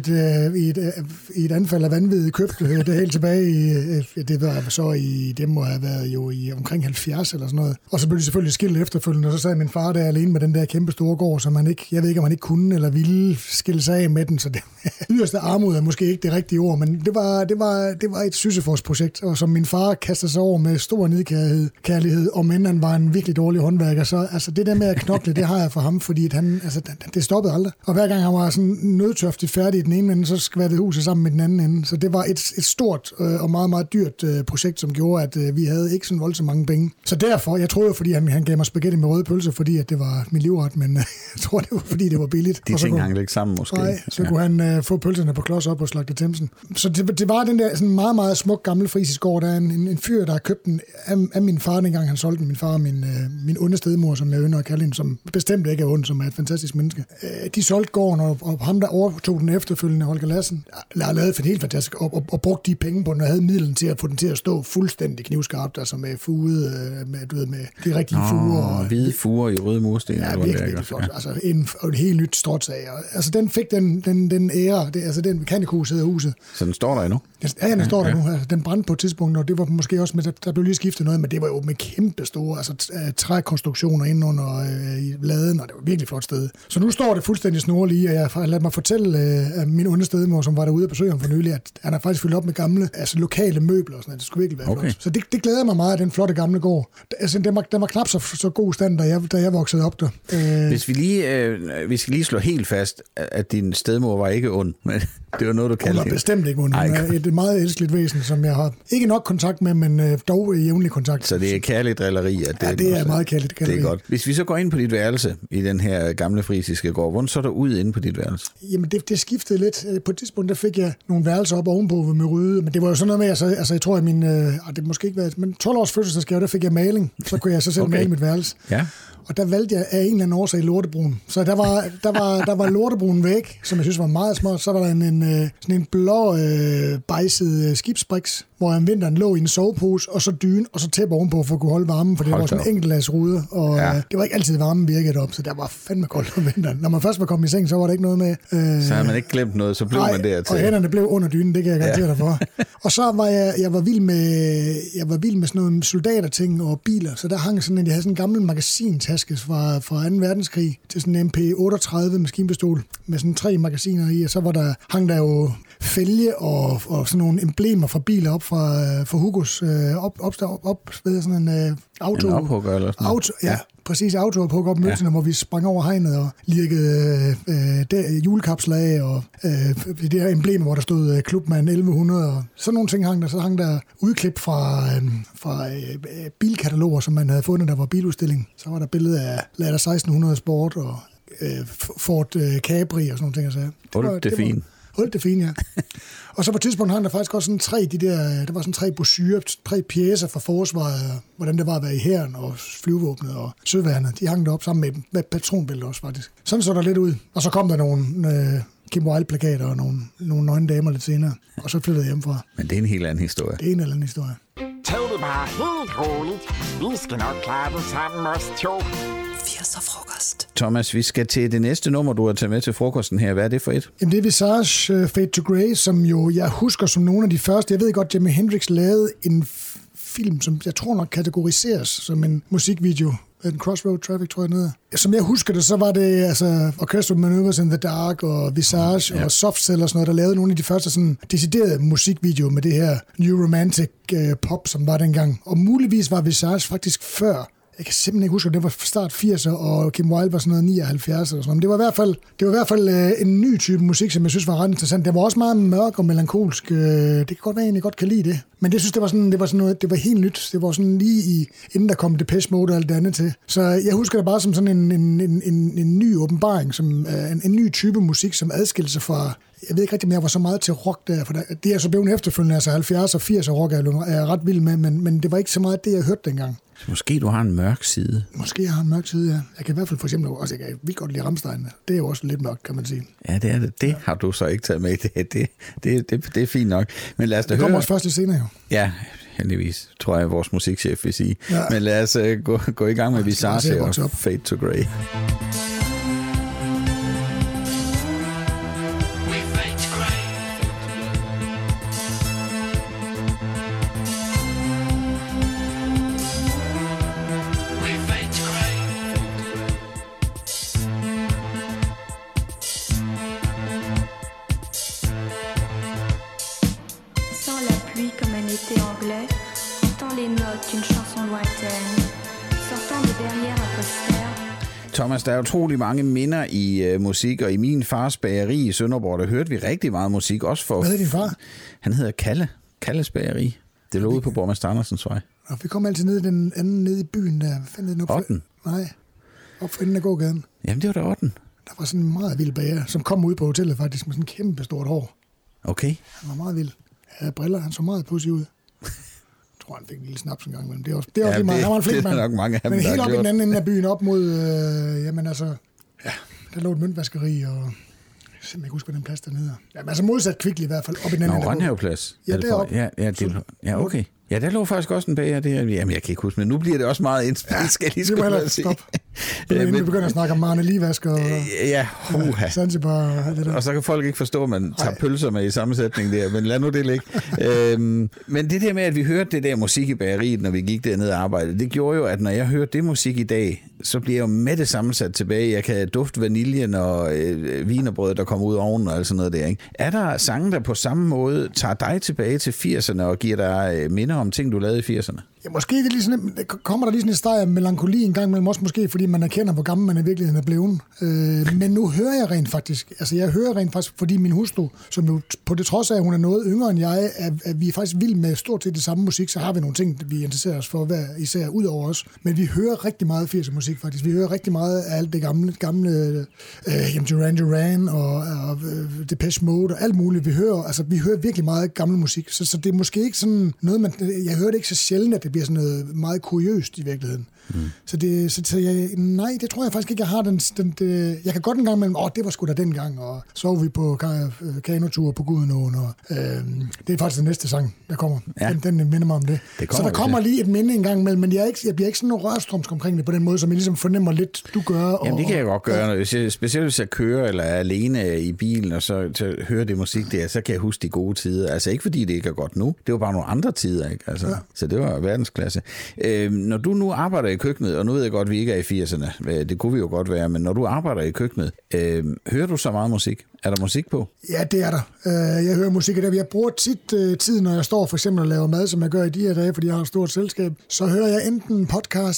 A: et anfald af vanvid købte det helt tilbage i... Det var så i... Det må have været jo i omkring 70 eller sådan noget. Og så blev de selvfølgelig skilt efterfølgende, og så sad min far der alene med den der kæmpe store gård, som man ikke... Jeg ved ikke, om han ikke kunne eller ville skille sig af med den, så det yderste armod er måske ikke det rigtige ord, men det var et Sisyfos-projekt, og som min far kastede sig over med stor nidkærlighed, og men han var en virkelig dårlig håndværker, så altså det der med at knokle, det har jeg for ham, fordi at han, altså, det stoppede aldrig. Og hver gang han var sådan nødtørftigt færdig i den ene ende, så skvattede huset sammen med den anden ende. Så det var et stort og meget, meget dyrt projekt, som gjorde, at vi havde ikke sådan voldsomt mange penge. Så derfor, jeg troede jo, fordi han gav mig spaghetti med røde pølser, fordi at det var min livret, men jeg tror, det var fordi, det var billigt.
B: De ting hang ikke sammen måske.
A: Nej, så kunne han få pølserne på klods op og slagte Themsen. Så det var den der sådan meget, meget smuk gammel frisisk gård. Der er en fyr, der har købt den af min far, dengang han solgte den. Min far og min onde stedmor, som jeg ynder at kalde hende, som bestemt ikke er ond, som er et fantastisk menneske. De solgte gården, og ham, der overtog den efterfølgende, Holger Lassen, lavede det helt fantastisk, og brugte de penge på den, og havde midlen til at få den til at stå fuldstændig knivskarpt, altså med fuge, med de rigtige fuger.
B: Og hvide fuger i røde mursten.
A: Ja, virkelig flot. Ja. Altså en helt nyt stråtsag. Altså den fik den ære, altså den mekanikhus hedder huset.
B: Så den står der endnu?
A: Ja, den står der nu. Altså, den brændte på et tidspunkt, og det var måske også med, der blev lige skiftet noget, men det var jo med kæmpe store, altså trækonstruktioner inde under i laden, og det var virkelig flot sted. Så nu står det fuldstændig snorlige, og jeg har ladet mig fortælle af min onde stedmor, som var derude og besøge ham for nylig, at han har faktisk fyldt op med gamle, altså lokale møbler og sådan noget. Det skulle virkelig være flot. Så det glæder mig meget, den flotte gamle gård. Altså, den var knap så god stand, da jeg voksede op der.
B: Hvis vi lige slår helt fast, at din stedmor var ikke ond, men det var noget, du kaldte hende.
A: Hun var bestemt ikke ond. Hun er et meget elskeligt væsen, som jeg har ikke nok kontakt med, men dog i jævnlig kontakt.
B: Så det er kærligt drilleri?
A: Det er meget kærligt drilleri.
B: Det er godt. Hvis vi så går ind på dit værelse i den her gamle frisiske gård, hvordan så der ud inde på dit værelse?
A: Jamen, det skiftede lidt. På et tidspunkt, der fik jeg nogle værelser op ovenpå med rydde, men det var jo sådan noget med, altså jeg tror, at det måske ikke været, men 12 års fødselsdagsgave, der fik jeg maling, så kunne jeg så selv male mit værelse. Ja. Og der valgte jeg af en eller anden årsag lortebrun. Så der var lortebrun væk, som jeg synes var meget smart. Så var der sådan en blå bejset skibsbriks, hvor jeg om vinteren lå i en sovepose, og så dyne, og så tæppe ovenpå for at kunne holde varmen, for det var sådan en enkelt lads ruder, og det var ikke altid varmen virkede op, så der var fandme koldt om vinteren. Når man først var kommet i seng, så var der ikke noget med...
B: så havde man ikke glemt noget, så blev man dertil.
A: Og hænderne blev under dynen, det kan jeg garantere dig for. Og så var jeg var vild med sådan nogle soldaterting og biler, så der hang sådan jeg havde sådan en gammel magasintaske fra 2. verdenskrig til sådan en MP38 maskinpistol med sådan 3 magasiner i, og så hang der jo fælge og sådan nogle emblemer fra biler op fra Hugos op ved sådan en auto.
B: En ophugger eller sådan
A: noget. Ja. Præcis, autoophugger op Mølsen, hvor vi sprang over hegnet og lirkede julekapsler af, og det der emblemer, hvor der stod Klubmand 1100, og sådan nogle ting hang der. Så hang der udklip fra bilkataloger, som man havde fundet, der var biludstilling. Så var der billede af Lada 1600 Sport og Ford Capri og sådan nogle ting.
B: Det er fint.
A: Holdt det fint, ja. Og så på et tidspunkt har han der faktisk også sådan der var sådan 3 brochurer, 3 pjecer fra forsvaret, hvordan det var at være i hæren og flyvevåbnet og søværnet. De hang derop sammen med patronbælte også, faktisk. Sådan så der lidt ud. Og så kom der nogle Kim Wilde-plakater og nogle nøgne damer lidt senere, og så flyttede jeg hjemmefra.
B: Men det er en helt anden historie.
A: Det er en eller anden historie.
E: Tag det bare helt roligt. Vi skal nok klare det sammen, os to.
C: 80'er frokost.
B: Thomas, vi skal til det næste nummer, du har taget med til frokosten her. Hvad er det for et?
A: Jamen, det er Visage Fade to Grey, som jo jeg husker som nogle af de første. Jeg ved godt, Jimi Hendrix lavede en film, som jeg tror nok kategoriseres som en musikvideo. En Crossroad Traffic, tror jeg, nede. Som jeg husker det, så var det altså Orchestral Maneuvers in the Dark og Visage og Soft Cell og sådan noget, der lavede nogle af de første sådan deciderede musikvideoer med det her New Romantic pop, som var dengang. Og muligvis var Visage faktisk før. Jeg kan simpelthen ikke huske, at det var start 80'er, og Kim Wilde var sådan noget 79 eller sådan noget. Men det var i hvert fald en ny type musik, som jeg synes var ret interessant. Det var også meget mørk og melankolsk. Det kan godt være, at jeg godt kan lide det. Men det synes det var sådan noget, det var helt nyt. Det var sådan lige inden der kom Depeche Mode og alt det andet til. Så jeg husker det bare som sådan en ny åbenbaring, som en ny type musik, som adskilte sig fra. Jeg ved ikke rigtig, om jeg var så meget til rock der, for det er så blevet efterfølgende, altså 70'er og 80'er rock er jeg ret vild med, men det var ikke så meget det, jeg hørte dengang.
B: Måske du har en mørk side.
A: Måske jeg har en mørk side, ja. Jeg kan i hvert fald for eksempel også, jeg kan vildt godt lide Rammstein. Det er jo også lidt mørkt, kan man sige.
B: Ja, det er det. Det har du så ikke taget med. Det er fint nok. Men lad os da høre.
A: Det kommer også først lidt senere jo.
B: Ja, heldigvis, tror jeg, vores musikchef vil sige. Ja. Men lad os gå i gang med Visage og Fade to Grey. Thomas, der er utrolig mange minder i musik, og i min fars bageri i Sønderborg, der hørte vi rigtig meget musik, også for.
A: Hvad hedder din far?
B: Han hedder Kalles bageri. Det lå ude på Borgmester Andersens vej.
A: Og vi kom altid ned i den anden nede i byen der.
B: Otten?
A: Nej, op for enden af gågaden.
B: Jamen, det var da Otten.
A: Der var sådan en meget vild bager, som kom ud på hotellet faktisk med sådan en kæmpe stort hår.
B: Okay.
A: Han var meget vild. Han havde briller, han så meget pudsig ud. Jeg tror, han fik en lille snaps en gang imellem. Det er også lige meget. Han var en flink mand.
B: Nok mange af dem,
A: men helt op i den anden ende af byen, op mod, der lå et møntvaskeri, og jeg simpelthen ikke husker den plads dernede. Jamen altså modsat Kvickly i hvert fald, op i den anden ende.
B: Rønhaveplads.
A: Ja, deroppe.
B: Ja, okay. Ja, der lå faktisk også en bager der. Jamen, jeg kan ikke huske, men nu bliver det også meget indspillet, skal jeg lige
A: skulle hellere stoppe. Inden vi begynder at snakke om Marne Livask og Zanzibar.
B: Og så kan folk ikke forstå, at man tager pølser med i sammensætning der, men lad nu det ligge. Men det der med, at vi hørte det der musik i bageriet, når vi gik dernede og arbejdede, det gjorde jo, at når jeg hørte det musik i dag, så bliver jeg jo med det sammensat tilbage. Jeg kan dufte vaniljen og wienerbrød, der kommer ud ovnen og alt sådan noget der. Ikke? Er der sange, der på samme måde tager dig tilbage til 80'erne og giver dig minder om ting, du lavede i 80'erne?
A: Ja, måske det lige sådan, kommer der lige sådan en steg af melankoli en gang imellem, også måske fordi man erkender, hvor gammel man i virkeligheden er blevet. Men nu hører jeg rent faktisk, fordi min hustru, som jo på det trods af, at hun er noget yngre end jeg, at vi er faktisk vilde med stort set det samme musik, så har vi nogle ting, vi interesserer os for, hver især ud over os. Men vi hører rigtig meget 80'er musik faktisk. Vi hører rigtig meget af alt det gamle Duran Duran og Depeche Mode og alt muligt. Vi hører virkelig meget gammel musik. Så det er måske ikke sådan noget, jeg hører det ikke så sjældent, at det bliver sådan noget meget kuriøst i virkeligheden. Nej, det tror jeg faktisk ikke, jeg har jeg kan godt en gang mellem, det var sgu da dengang, og så vi på kanotur på Gudenåen, og det er faktisk den næste sang, der kommer. Ja. Den minder mig om det. Så der kommer lige et minde en gang imellem, men jeg bliver ikke sådan noget rørstrømsk omkring det på den måde, som jeg ligesom fornemmer lidt, du gør.
B: Jamen, det kan jeg godt gøre. Specielt hvis jeg kører eller er alene i bilen, og så hører det musik der, så kan jeg huske de gode tider. Altså ikke fordi det ikke er godt nu, det var bare nogle andre tider, ikke? Altså, så det var verdensklasse. Når du nu arbejder i køkkenet, og nu ved jeg godt, at vi ikke er i 80'erne, det kunne vi jo godt være, men når du arbejder i køkkenet, hører du så meget musik? Er der musik på?
A: Ja, det er der. Jeg hører musik, og jeg bruger tit tid, når jeg står for eksempel og laver mad, som jeg gør i de her dage, fordi jeg har et stort selskab, så hører jeg enten podcast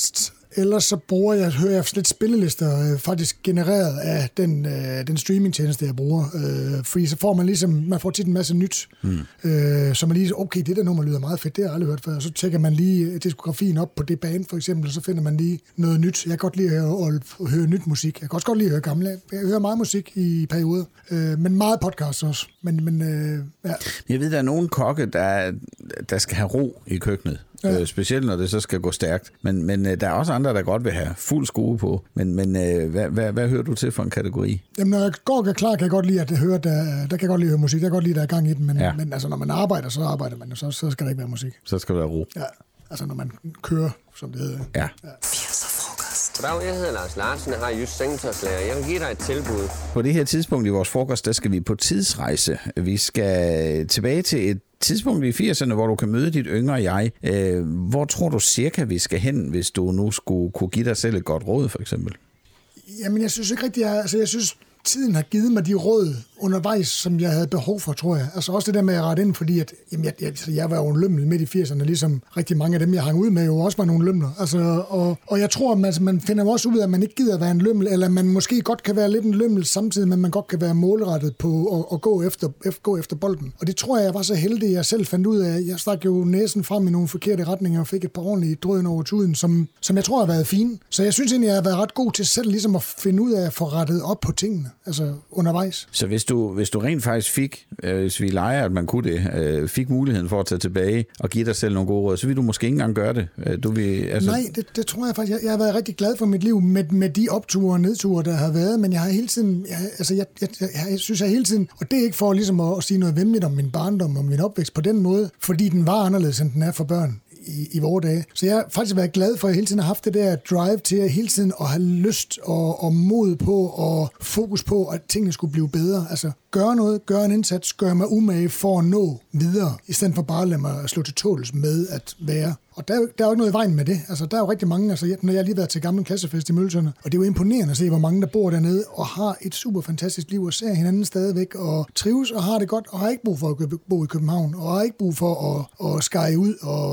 A: ellers så hører jeg lidt spillelister faktisk genereret af den streamingtjeneste, jeg bruger. Fordi så får man ligesom, man får tit en masse nyt, så man lige, okay, det der nummer lyder meget fedt, det har jeg aldrig hørt før. Så tjekker man lige diskografien op på det band, for eksempel, og så finder man lige noget nyt. Jeg kan godt lide at høre nyt musik. Jeg kan også godt lide at høre gamle. Jeg hører meget musik i perioder, men meget podcast også. Ja.
B: Jeg ved, der er nogle kokke, der skal have ro i køkkenet. Ja. Specielt når det så skal gå stærkt. Men der er også andre, der godt vil have fuld skrue på. Men hvad hører du til for en kategori?
A: Jamen, når jeg går klar, kan jeg godt lide at høre, der kan jeg godt lide at høre musik. Jeg kan godt lide, at der er gang i den. Men altså, når man arbejder, så arbejder man, så skal der ikke være musik.
B: Så skal der være ro.
A: Ja, altså når man kører, som det hedder.
B: Ja.
F: Goddag, jeg hedder Lars Larsen, jeg har just sengetøjslærer. Jeg vil give dig et tilbud.
B: På det her tidspunkt i vores frokost, der skal vi på tidsrejse. Vi skal tilbage til et tidspunkt i 80'erne, hvor du kan møde dit yngre jeg. Hvor tror du cirka, vi skal hen, hvis du nu skulle kunne give dig selv et godt råd, for eksempel?
A: Jamen, jeg synes ikke rigtig, jeg synes, tiden har givet mig de råd undervejs, som jeg havde behov for, tror jeg. Altså også det der med at rette ind, fordi at, jamen, jeg var jo en lømmel midt i 80'erne, ligesom rigtig mange af dem, jeg hang ud med, jo også var nogle lømler. Altså, og jeg tror, at man finder også ud af, at man ikke gider at være en lømmel, eller man måske godt kan være lidt en lømmel samtidig, men man godt kan være målrettet på at gå efter bolden. Og det tror jeg var så heldig, at jeg selv fandt ud af. Jeg stak jo næsen frem i nogle forkerte retninger og fik et par ordentlige drøn over tuden, som jeg tror har været fine. Så jeg synes egentlig, jeg har været ret god til selv ligesom at finde ud af at få rettet op på tingene, altså undervejs. Så
B: hvis du rent faktisk fik, hvis vi leger, at man kunne det, fik muligheden for at tage tilbage og give dig selv nogle gode råd, så vil du måske ikke engang gøre det.
A: Nej, det tror jeg faktisk. Jeg har været rigtig glad for mit liv med de opture og nedture, der har været, men jeg har hele tiden, jeg synes hele tiden, og det er ikke for ligesom at sige noget væmmeligt om min barndom og min opvækst på den måde, fordi den var anderledes, end den er for børn i vore dage. Så jeg har faktisk været glad for, at jeg hele tiden har haft det der drive til at hele tiden at have lyst og mod på og fokus på, at tingene skulle blive bedre. Altså gøre noget, gøre en indsats, gøre mig umage for at nå videre, i stedet for bare at lade mig slå til tåls med at være. Og der er jo ikke noget i vejen med det. Altså, der er jo rigtig mange, når jeg har lige været til gammel klassefest i Møltønder, og det er jo imponerende at se, hvor mange der bor dernede og har et super fantastisk liv og ser hinanden stadigvæk og trives og har det godt og har ikke brug for at bo i København og har ikke brug for at skære ud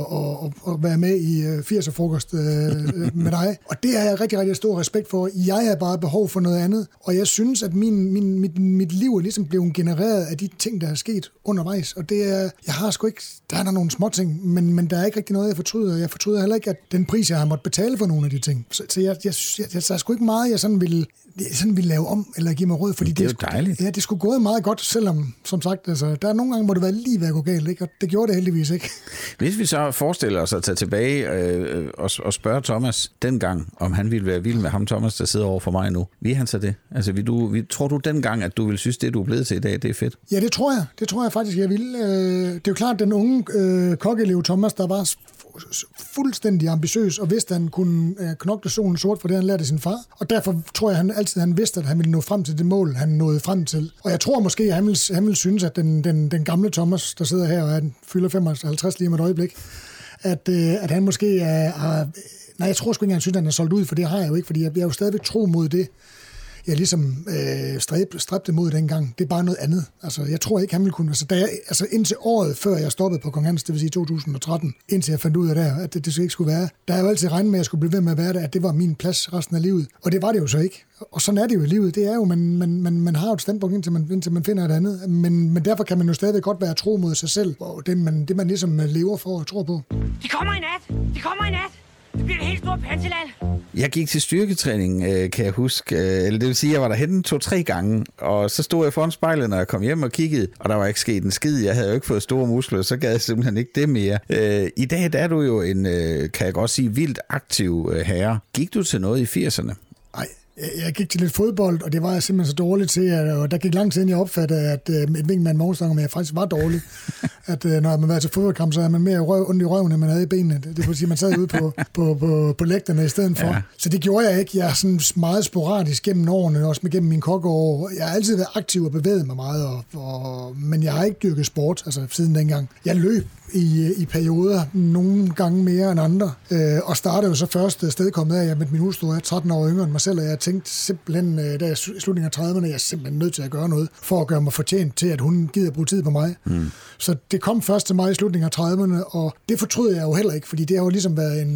A: og være med i 80'er frokost med dig. Og det har jeg rigtig, rigtig stor respekt for. Jeg har bare behov for noget andet, og jeg synes, at mit liv er ligesom blevet genereret af de ting, der er sket undervejs. Og det er, jeg har sgu ikke, der er nogle små ting, men der er ikke rigtig noget, jeg fortryder. Jeg fortryder heller ikke, at den pris, jeg har måttet betale for nogle af de ting. Så jeg er sgu ikke meget, jeg sådan ville lave om eller give mig råd, fordi
B: det er jo dejligt.
A: Ja, det skulle gået meget godt, selvom, som sagt, altså, der er nogle gange, hvor det var lige ved at gå galt, ikke? Og det gjorde det heldigvis ikke. Hvis
B: vi så forestiller os at tage tilbage og spørge Thomas dengang, om han ville være vild med ham, Thomas, der sidder over for mig nu. Vil han så det? Altså, tror du dengang, at du vil synes, det du er blevet til i dag, det er fedt?
A: Ja, det tror jeg. Det tror jeg faktisk, jeg vil. Det er jo klart, at den unge kokkeelev Thomas, der var fuldstændig ambitiøs og vidste, at han kunne knokle solen sort for det, han lærte af sin far. Og derfor tror jeg, han vidste, at han ville nå frem til det mål, han nåede frem til. Og jeg tror måske, at han ville synes, at den gamle Thomas, der sidder her og han fylder 55 lige med et øjeblik, at han måske har... Nej, jeg tror sgu ikke, at han synes, at han er solgt ud, for det har jeg jo ikke, fordi jeg er jo stadigvæk tro mod det. Jeg ligesom stræbte mod dengang. Det er bare noget andet. Altså, jeg tror ikke, han ville kunne... Altså, indtil året før jeg stoppede på Kong Hans, det vil sige 2013, indtil jeg fandt ud af at det ikke skulle være. Der er jo altid regnet med, at jeg skulle blive ved med at være der, at det var min plads resten af livet. Og det var det jo så ikke. Og sådan er det jo i livet. Det er jo, man har jo et standpunkt, indtil man finder et andet. Men derfor kan man jo stadig godt være tro mod sig selv, og det man ligesom lever for og tror på.
G: De kommer i nat! Det bliver et helt stort panseland.
B: Jeg gik til styrketræning, kan jeg huske. Eller det vil sige, at jeg var derhenne 2-3 gange, og så stod jeg foran spejlet, når jeg kom hjem og kiggede, og der var ikke sket en skid. Jeg havde jo ikke fået store muskler, så gad jeg simpelthen ikke det mere. I dag der er du jo en, kan jeg godt sige, vildt aktiv herre. Gik du til noget i 80'erne?
A: Nej. Jeg gik til lidt fodbold, og det var jeg simpelthen så dårligt til, og der gik lang tid, inden jeg opfattede, at et vink med en morgenstang, men jeg faktisk var dårlig. At når man var til fodboldkamp, så havde man mere ondt i røven, end man havde i benene. Det vil sige, at man sad ude på lægterne i stedet for. Ja. Så det gjorde jeg ikke. Jeg er sådan meget sporadisk gennem årene, også gennem min kokkeår. Jeg har altid været aktiv og bevæget mig meget, men jeg har ikke dyrket sport, altså siden dengang. Jeg løb i perioder, nogle gange mere end andre. Og startede jo så først stedkommet af, at jeg med min hustru er 13 år yngre end mig selv, og jeg tænkte simpelthen, da jeg slutningen af 30'erne, jeg er simpelthen nødt til at gøre noget, for at gøre mig fortjent til, at hun gider bruge tid på mig. Så det kom først til mig i slutningen af 30'erne, og det fortrød jeg jo heller ikke, fordi det har jo ligesom været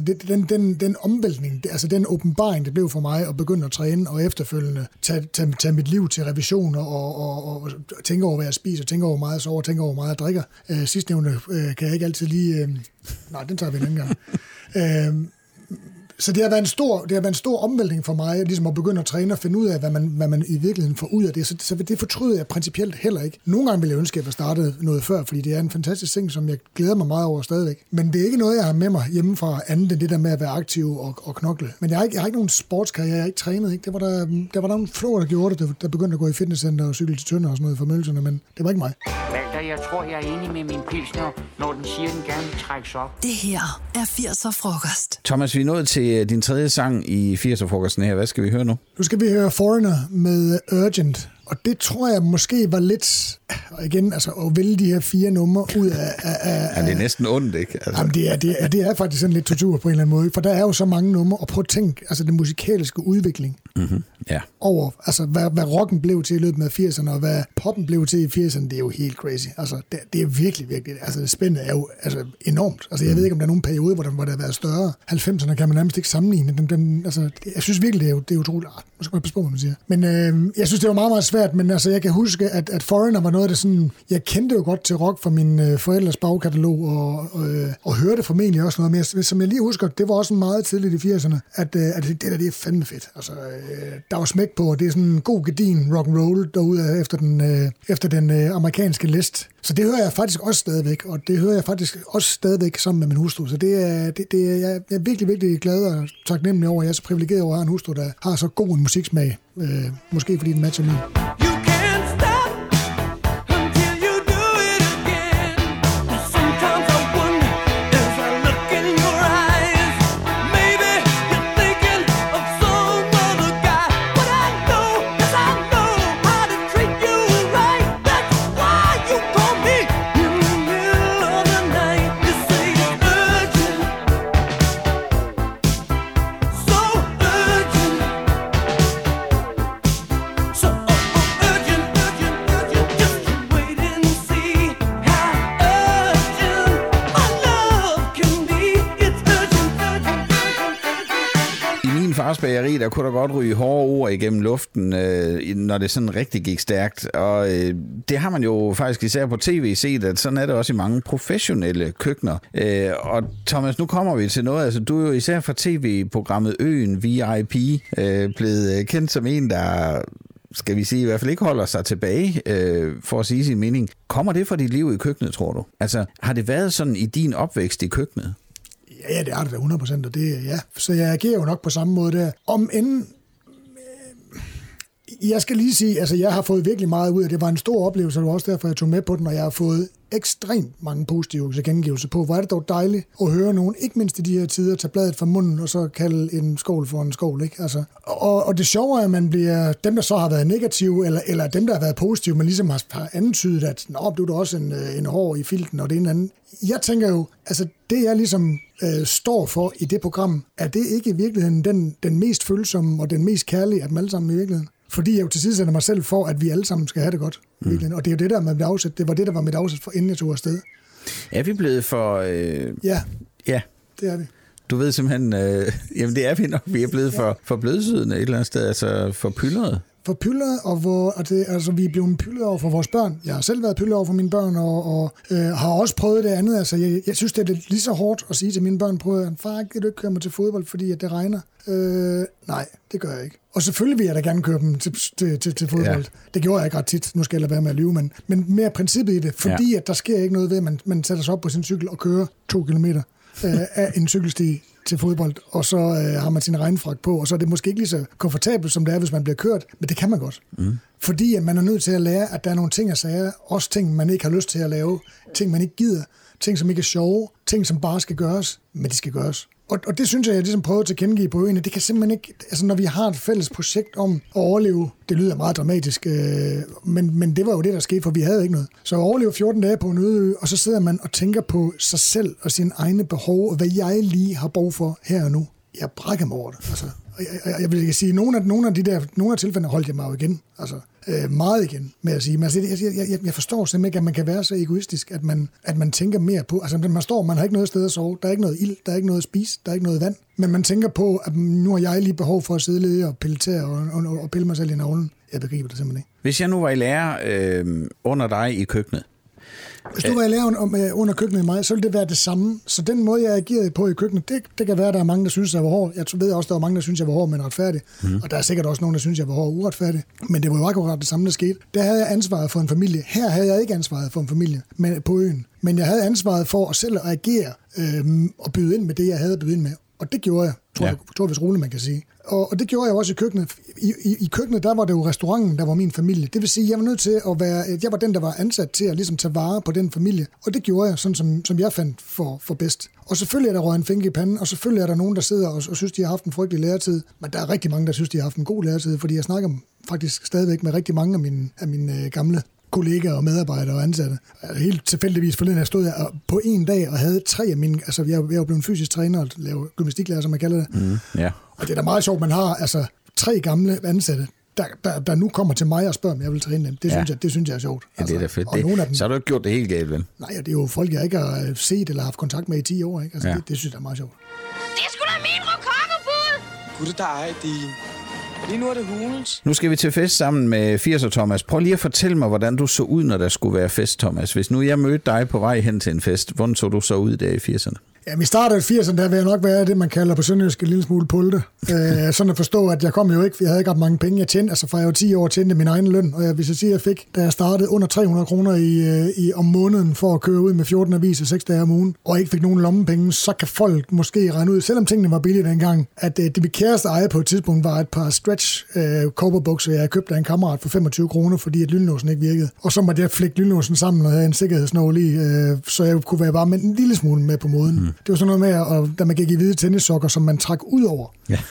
A: den omvæltning, altså den åbenbaring, det blev for mig at begynde at træne, og efterfølgende tage mit liv til revision, og tænke over, hvad jeg spiser, tænke over, hvor meget jeg sover, tænke over, hvor meget jeg drikker. Sidstnævnte kan jeg ikke altid lige... nej, den tager vi en anden gang. Så det har været en stor omvæltning for mig, ligesom at begynde at træne og finde ud af, hvad man i virkeligheden får ud af det. Så det fortryder jeg principielt heller ikke. Nogle gange vil jeg ønske, at jeg startede noget før, fordi det er en fantastisk ting, som jeg glæder mig meget over stadigvæk. Men det er ikke noget, jeg har med mig hjemmefra, andet end det der med at være aktiv og knokle. Men jeg har ikke nogen sportskarriere, jeg har ikke trænet. Ikke? Der var nogle få, der gjorde det, der begyndte at gå i fitnesscenter og cykle til Tønder og sådan noget for Mølleserne, men det var ikke mig.
D: Walter, jeg tror, jeg er enig med min pilsner, når den siger, den gerne vil trækkes op.
C: Det her er 80'er frokost.
B: Thomas, vi er nået til din tredje sang i 80'er-frokosten her. Hvad skal vi høre nu?
A: Nu skal vi høre Foreigner med Urgent. Og det tror jeg måske var lidt, og igen, altså at vælge de her 4 numre ud af...
B: Ja, det er næsten ondt, ikke? Altså.
A: Jamen, det er faktisk sådan lidt tortur på en eller anden måde, for der er jo så mange numre, og prøv at tænke, altså den musikalske udvikling
B: ja.
A: over, altså hvad rocken blev til i løbet af 80'erne, og hvad poppen blev til i 80'erne, det er jo helt crazy. Altså, det er virkelig, virkelig, altså spændet er jo altså, enormt. Altså, jeg ved ikke, om der er nogen periode, hvor det har været større. 90'erne kan man nærmest ikke sammenligne. Jeg synes virkelig, det er utroligt. Nu skal man passe på, hvad man siger. Men jeg synes, det var meget, meget svært, men altså, jeg kan huske, at Foreigner var noget af det sådan... Jeg kendte jo godt til rock fra min forældres bagkatalog, og hørte formentlig også noget mere. Som jeg lige husker, det var også meget tidligt i 80'erne, at det der, det er fandme fedt. Altså, der var smæk på, og det er sådan en god gedin rock and roll derude efter den amerikanske list. Så det hører jeg faktisk også stadigvæk, og det hører jeg faktisk også stadigvæk sammen med min hustru. Så jeg er virkelig, virkelig glad og taknemmelig over, at jeg er så privilegeret over at have en hustru, der har så god en musiksmag. Måske fordi den matcher min.
B: Bageri, der kunne der godt ryge hårde ord igennem luften, når det sådan rigtig gik stærkt. Og det har man jo faktisk især på tv set, at sådan er det også i mange professionelle køkkener. Og Thomas, nu kommer vi til noget. Altså, du er jo især fra tv-programmet Øen VIP blevet kendt som en, der, skal vi sige, i hvert fald ikke holder sig tilbage, for at sige sin mening. Kommer det fra dit liv i køkkenet, tror du? Altså, har det været sådan i din opvækst i køkkenet?
A: Ja, det er det da 100%, og det ja. Så jeg agerer jo nok på samme måde der. Om end... Jeg skal lige sige, altså jeg har fået virkelig meget ud af det. var en stor oplevelse, og det var også derfor, jeg tog med på den, og jeg har fået ekstremt mange positive tilkendegivelser på. Hvor er det dog dejligt at høre nogen, ikke mindst i de her tider, tage bladet fra munden, og så kalde en skål for en skål, ikke? Altså, og det sjove er, at man bliver, dem der så har været negative, eller dem der har været positive, man ligesom har antydet, at nå, du er da også en hår i filten, og det ene andet. Jeg tænker jo, altså det jeg ligesom står for i det program, er det ikke i virkeligheden den mest følsomme og den mest kærlige af dem alle sammen i virkeligheden? Fordi jeg jo til sidst sætter mig selv for, at vi alle sammen skal have det godt. Og det er jo det der med mit afsæt. Det var det, der var mit afsæt for, inden jeg tog afsted.
B: Er vi blevet for...
A: Ja, det er vi.
B: Du ved simpelthen... jamen det er vi nok. Vi er blevet for blødsydende et eller andet sted. Altså for pyldrede.
A: For pyldrede, altså vi er blevet pyldrede over for vores børn. Jeg har selv været pyldrede over for mine børn, og har også prøvet det andet. Altså jeg synes, det er lige så hårdt at sige til mine børn, far, kan du ikke køre mig til fodbold, fordi at det regner? Nej, det gør jeg ikke. Og selvfølgelig vil jeg da gerne køre dem til fodbold. Ja. Det gjorde jeg ikke ret tit. Nu skal jeg lade være med at lyve, men mere princippet i det. Fordi at der sker ikke noget ved, at man sætter sig op på sin cykel og kører 2 kilometer af en cykelsti til fodbold, og så har man sin regnfrak på, og så er det måske ikke lige så komfortabelt, som det er, hvis man bliver kørt, men det kan man godt. Fordi at man er nødt til at lære, at der er nogle ting at sige, også ting, man ikke har lyst til at lave, ting, man ikke gider. ting som ikke er sjove, ting som bare skal gøres, men de skal gøres. Og det synes jeg ligesom prøver at tilkendegive på øen, det kan simpelthen ikke, altså når vi har et fælles projekt om at overleve, det lyder meget dramatisk, men det var jo det, der skete, for vi havde ikke noget. Så at overleve 14 dage på en øde ø, og så sidder man og tænker på sig selv og sine egne behov, og hvad jeg lige har brug for her og nu. Jeg brækker mig over det, altså. Jeg vil sige, nogle af tilfældene holdt jeg mig jo igen, altså meget igen med at sige. Men altså, jeg forstår simpelthen ikke, at man kan være så egoistisk, at man tænker mere på, altså man har ikke noget sted at sove, der er ikke noget ild, der er ikke noget at spise, der er ikke noget vand, men man tænker på, at nu har jeg lige behov for at sidde lidt og pille tæer og pille mig selv i navlen. Jeg begriber det simpelthen ikke.
B: Hvis jeg nu var i lærer under dig i køkkenet,
A: hvis du var i lærer under køkkenet i mig, så ville det være det samme. Så den måde, jeg agerede på i køkkenet, det kan være, at der er mange, der synes, jeg var hård. Jeg ved også, der var mange, der synes, jeg var hård, men retfærdig. Og der er sikkert også nogen, der synes, jeg var hård og uretfærdig. Men det var jo akkurat det samme, der skete. Der havde jeg ansvaret for en familie. Her havde jeg ikke ansvaret for en familie på øen. Men jeg havde ansvaret for at selv at agere og byde ind med det, jeg havde at byde ind med. Og det gjorde jeg, tror jeg, hvis roligt man kan sige. Og det gjorde jeg også i køkkenet. I køkkenet, der var det jo restauranten, der var min familie. Det vil sige, jeg var nødt til at være, jeg var den, der var ansat til at ligesom tage vare på den familie. Og det gjorde jeg, sådan som jeg fandt for bedst. Og selvfølgelig er der røget en finke i panden, og selvfølgelig er der nogen, der sidder og synes, de har haft en frygtelig læretid. Men der er rigtig mange, der synes, de har haft en god læretid, fordi jeg snakker faktisk stadigvæk med rigtig mange af mine gamle kollegaer og medarbejdere og ansatte. Helt tilfældigvis forleden stod jeg på en dag og havde 3 af mine, altså jeg er jo blevet fysisk træner og laver gymnastiklærer, som man kalder det.
B: Ja.
A: Og det er da meget sjovt, man har altså 3 gamle ansatte, der nu kommer til mig og spørger, om jeg vil træne dem. Det synes jeg er sjovt.
B: Ja, det er da fedt.
A: Dem,
B: så har du ikke gjort det helt galt, vel?
A: Nej, det er jo folk, jeg ikke har set eller haft kontakt med i 10 år. Ikke? Altså, det synes jeg er meget sjovt.
G: Det er sgu da min rokokkerbud!
H: Gud, det dig, din. Lige nu er det hulens.
B: Nu skal vi til fest sammen med 80'er Thomas. Prøv lige at fortælle mig, hvordan du så ud, når der skulle være fest, Thomas. Hvis nu jeg mødte dig på vej hen til en fest, hvordan så du så ud der i 80'erne?
A: Jamen i starten af 80'erne, der vil jeg nok være det, man kalder på sønderjysk en lille smule pulte. Sådan at forstå, at jeg kom jo ikke, jeg havde ikke ret mange penge. Jeg tjente, altså fra jeg var 10 år, tjente min egen løn. Og hvis jeg siger, jeg fik, da jeg startede, under 300 kroner om måneden for at køre ud med 14 aviser 6 dage om ugen, og ikke fik nogen lommepenge, så kan folk måske regne ud, selvom tingene var billige dengang, at det mit kæreste eje på et tidspunkt var et par stretch cowboybukser, jeg købte af en kammerat for 25 kroner, fordi at lynlåsen ikke virkede. Og så måtte jeg flække lynlåsen sammen og have en sikkerhedsnål i, så jeg kunne være bare med en lille smule med på moden. Det var sådan noget med, da man gik i hvide tennissokker, som man trak ud over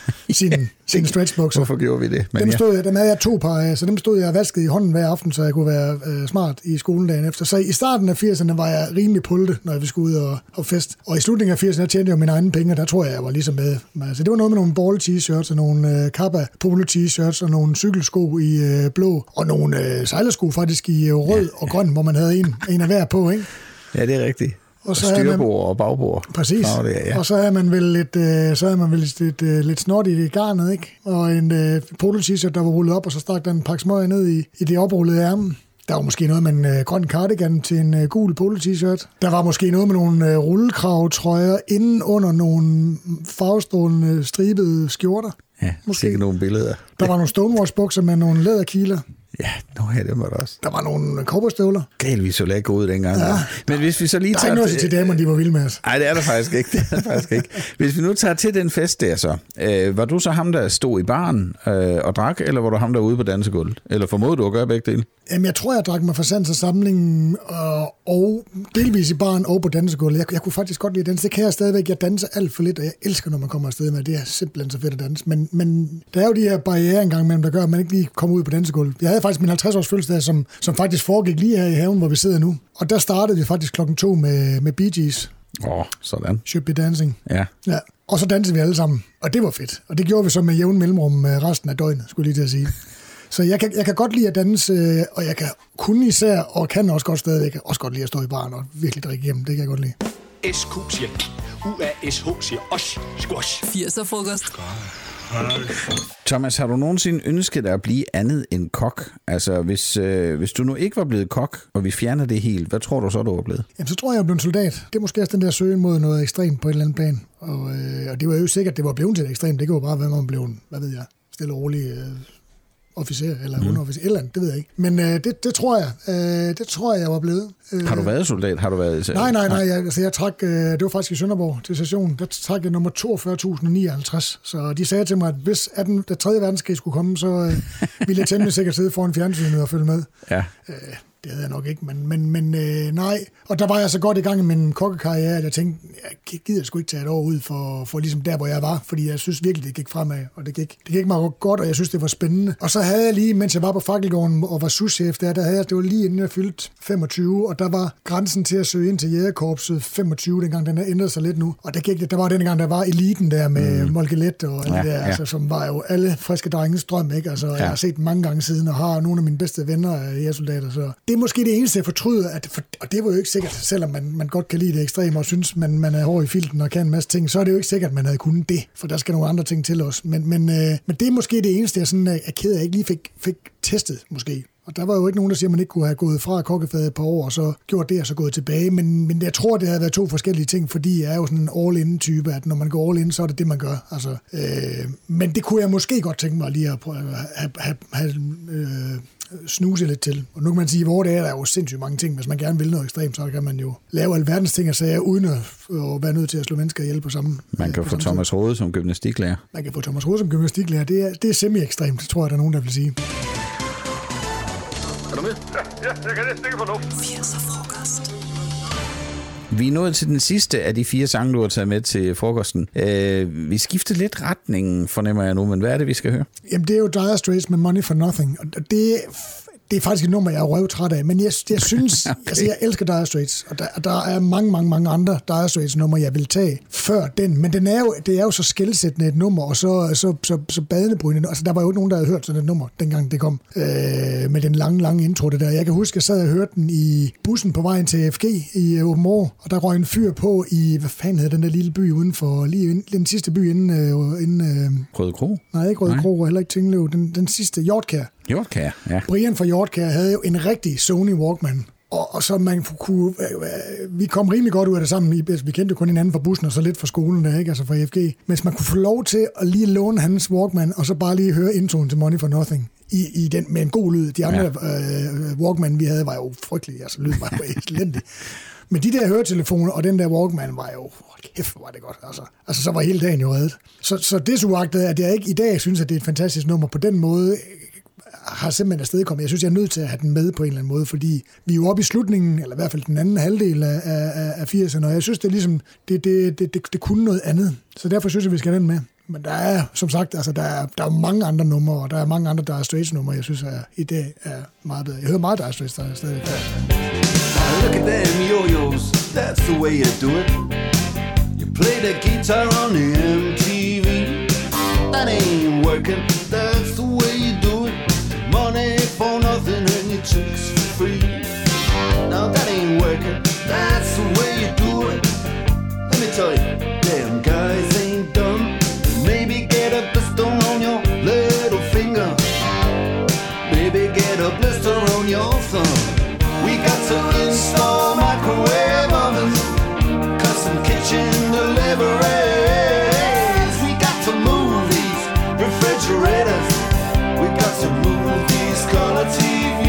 A: sine stretchbukser.
B: Hvorfor gjorde vi det? Men
A: dem havde jeg 2 par af, så dem stod jeg og vaskede i hånden hver aften, så jeg kunne være smart i skolen dagen efter. Så i starten af 80'erne var jeg rimelig pulte, når jeg skulle ud og fest. Og i slutningen af 80'erne tjente jeg jo mine egne penge, og der tror jeg var ligesom med. Altså, det var noget med nogle ball t-shirts og nogle Kappa polo t-shirts og nogle cykelsko i blå og nogle sejlersko faktisk i rød og grøn, hvor man havde en af hver på, ikke?
B: Ja, det er rigtigt.
A: Og
B: styrbord og bagbord.
A: Præcis. Og så havde man vel lidt snort i det garnet, ikke? Og en polo t-shirt, der var rullet op, og så stak der en pakke smøger ned i det oprullede ærme. Der var måske noget med en grøn cardigan til en gul polo t-shirt. Der var måske noget med nogle rullekravtrøjer inden under nogle farvestrålende stribede skjorter.
B: Ja, sikkert nogle billeder.
A: Der var nogle Stonewalls-bukser med nogle læderkiler.
B: Ja, det var der også.
A: Der var nogle cowboystøvler.
B: Galt, vi så lækker ud dengang. Ja. Men hvis vi så lige
A: tager... Der er ikke noget til damerne, de var vilde med os.
B: Nej, det er der faktisk ikke. Hvis vi nu tager til den fest der så, var du så ham, der stod i baren og drak, eller var du ham, der ude på dansegulvet? Eller formodede du at gøre begge dele?
A: Jamen, jeg tror, jeg drak mig fra sans og samling og delvis i baren og på dansegulvet. Jeg kunne faktisk godt lide at danse. Det kan jeg stadigvæk. Jeg danser alt for lidt, og jeg elsker, når man kommer afsted med. Det er simpelthen så fedt at danse. Men der er jo de her barrierer engang mellem, der gør, at man ikke lige kommer ud på dansegulvet. Jeg havde faktisk min 50-års fødselsdag, som faktisk foregik lige her i haven, hvor vi sidder nu. Og der startede vi faktisk 2:00 med Bee Gees.
B: Sådan.
A: Should Be Dancing.
B: Ja.
A: Og så dansede vi alle sammen. Og det var fedt. Og det gjorde vi så med jævn mellemrum resten af døgnet, skulle jeg lige til at sige. Så jeg kan godt lide at danse, og jeg kan kun især, og kan også godt stadigvæk, også godt lide at stå i baren og virkelig drikke hjem. Det kan jeg godt lide.
H: SQ siger UASH siger os. Squash.
C: 80'er frokost.
B: Thomas, har du nogensinde ønsket dig at blive andet end kok? Altså, hvis du nu ikke var blevet kok, og vi fjerner det helt, hvad tror du så, du var blevet?
A: Jamen, så tror jeg blevet soldat. Det er måske også den der søgen mod noget ekstremt på et eller andet plan. Og det var jo sikkert, det var blevet til et ekstremt. Det kan jo bare være, man blev, hvad ved jeg, stille og rolig officer eller underofficer, eller andet, det ved jeg ikke. Men det tror jeg. Det tror jeg var blevet.
B: Har du været soldat? Har du været...
A: Nej. Jeg trak, det var faktisk i Sønderborg til sessionen, der trak jeg nummer 42.059. Så de sagde til mig, at hvis der 3. verdenskrig skulle komme, så ville jeg temmelig sikkert sidde foran fjernsynet og følge med.
B: Ja.
A: Det havde jeg nok ikke, men nej. Og der var jeg så godt i gang med min kokkekarriere, at jeg tænkte, jeg gider sgu ikke tage et år ud for ligesom der, hvor jeg var, fordi jeg synes virkelig, det gik fremad, og det gik mig godt, og jeg synes, det var spændende. Og så havde jeg lige, mens jeg var på Fakkelgården og var souschef der havde jeg, det var lige inden jeg fyldte 25, og der var grænsen til at søge ind til Jægerkorpset 25, dengang den har ændret sig lidt nu. Og der var dengang, der var eliten der med Molkelet og alt det der, altså, som var jo alle friske drenges drøm, ikke? Altså, jeg har set mange gange siden, og har nogle af mine bedste venner i soldater, så det er måske det eneste, jeg fortryder, og det var jo ikke sikkert, selvom man godt kan lide det ekstreme og synes, man er hård i filten og kan en masse ting, så er det jo ikke sikkert, at man havde kunnet det, for der skal nogle andre ting til os. Men det er måske det eneste, jeg sådan er ked af, jeg ikke lige fik testet, måske. Og der var jo ikke nogen, der siger, at man ikke kunne have gået fra kokkefaget et par år, og så gjort det, og så gået tilbage. Men jeg tror, det havde været 2 forskellige ting, fordi jeg er jo sådan en all-in-type, at når man går all-in, så er det det, man gør. Altså, men det kunne jeg måske godt tænke mig lige at prøve at have snuse lidt til. Og nu kan man sige, hvor det er, der er jo sindssygt mange ting. Hvis man gerne vil noget ekstremt, så kan man jo lave alverdens ting og sager, uden at være nødt til at slå mennesker ihjel på samme.
B: Man kan få Thomas Rode som gymnastiklærer.
A: Man kan få Thomas Rode som gymnastiklærer. Det er semi-ekstremt, tror jeg, der er nogen, der vil sige.
I: Er du med? Ja, jeg kan næsten ikke få noget.
C: 80'er frokost.
B: Vi er nået til den sidste af de 4 sange, du har taget med til frokosten. Vi skifter lidt retningen, fornemmer jeg nu, men hvad er det, vi skal høre?
A: Jamen, det er jo Dire Straits med Money for Nothing, og det er faktisk et nummer, jeg er røvtræt af, men jeg synes, okay. Altså, jeg elsker Dire Straits, og der er mange andre Dire Straits numre, jeg vil tage før den, men det er jo så skelsættende et nummer, og så badenebrydende. Altså, der var jo ikke nogen, der havde hørt sådan et nummer, dengang det kom, med den lange intro, det der. Jeg kan huske, jeg sad og hørte den i bussen på vejen til FG i Åbenrå, og der røg en fyr på i, hvad fanden hed den der lille by udenfor, lige den sidste by inden
B: Røde Kro?
A: Nej, ikke Røde Kro, heller ikke Tinglev, den sidste, Hjortkær.
B: Hjortkær, ja.
A: Brian fra Hjortkær havde jo en rigtig Sony Walkman, og så man kunne, vi kom rimelig godt ud af det sammen. Vi kendte kun hinanden fra bussen og så lidt fra skolen der, ikke? Altså fra FG. Mens man kunne få lov til at lige låne hans Walkman, og så bare lige høre introen til Money for Nothing i den med en god lyd. De andre Walkman, vi havde, var jo frygtelige. Altså lyden var jo elendig. Men de der høretelefoner og den der Walkman var jo, kæft, var det godt. Altså så var hele dagen jo reddet. Så det suagtet, at jeg ikke i dag synes, at det er et fantastisk nummer på den måde, har simpelthen afstedkommet. Jeg synes, jeg er nødt til at have den med på en eller anden måde, fordi vi er jo oppe i slutningen, eller i hvert fald den anden halvdel af 80'erne, og jeg synes, det er ligesom, det kunne noget andet. Så derfor synes jeg, vi skal have den med. Men der er, som sagt, altså, der er mange andre numre, og der er mange andre Dire Straits-numre, jeg synes, i dag er meget bedre. Jeg hører meget Dire Straits, der er stadig.
J: Look at them yo-yos, that's the way you do it. You play the guitar on the MTV. That ain't working, that's the way you do it. Money for nothing and your chicks for free. Now that ain't working, that's the way you do it. Let me tell you, damn guys ain't dumb. Maybe get a blister on your little finger. Maybe get a blister on your thumb. We got to install microwave ovens, custom kitchen deliveries. We got to move these refrigerators. We got to move these color TV.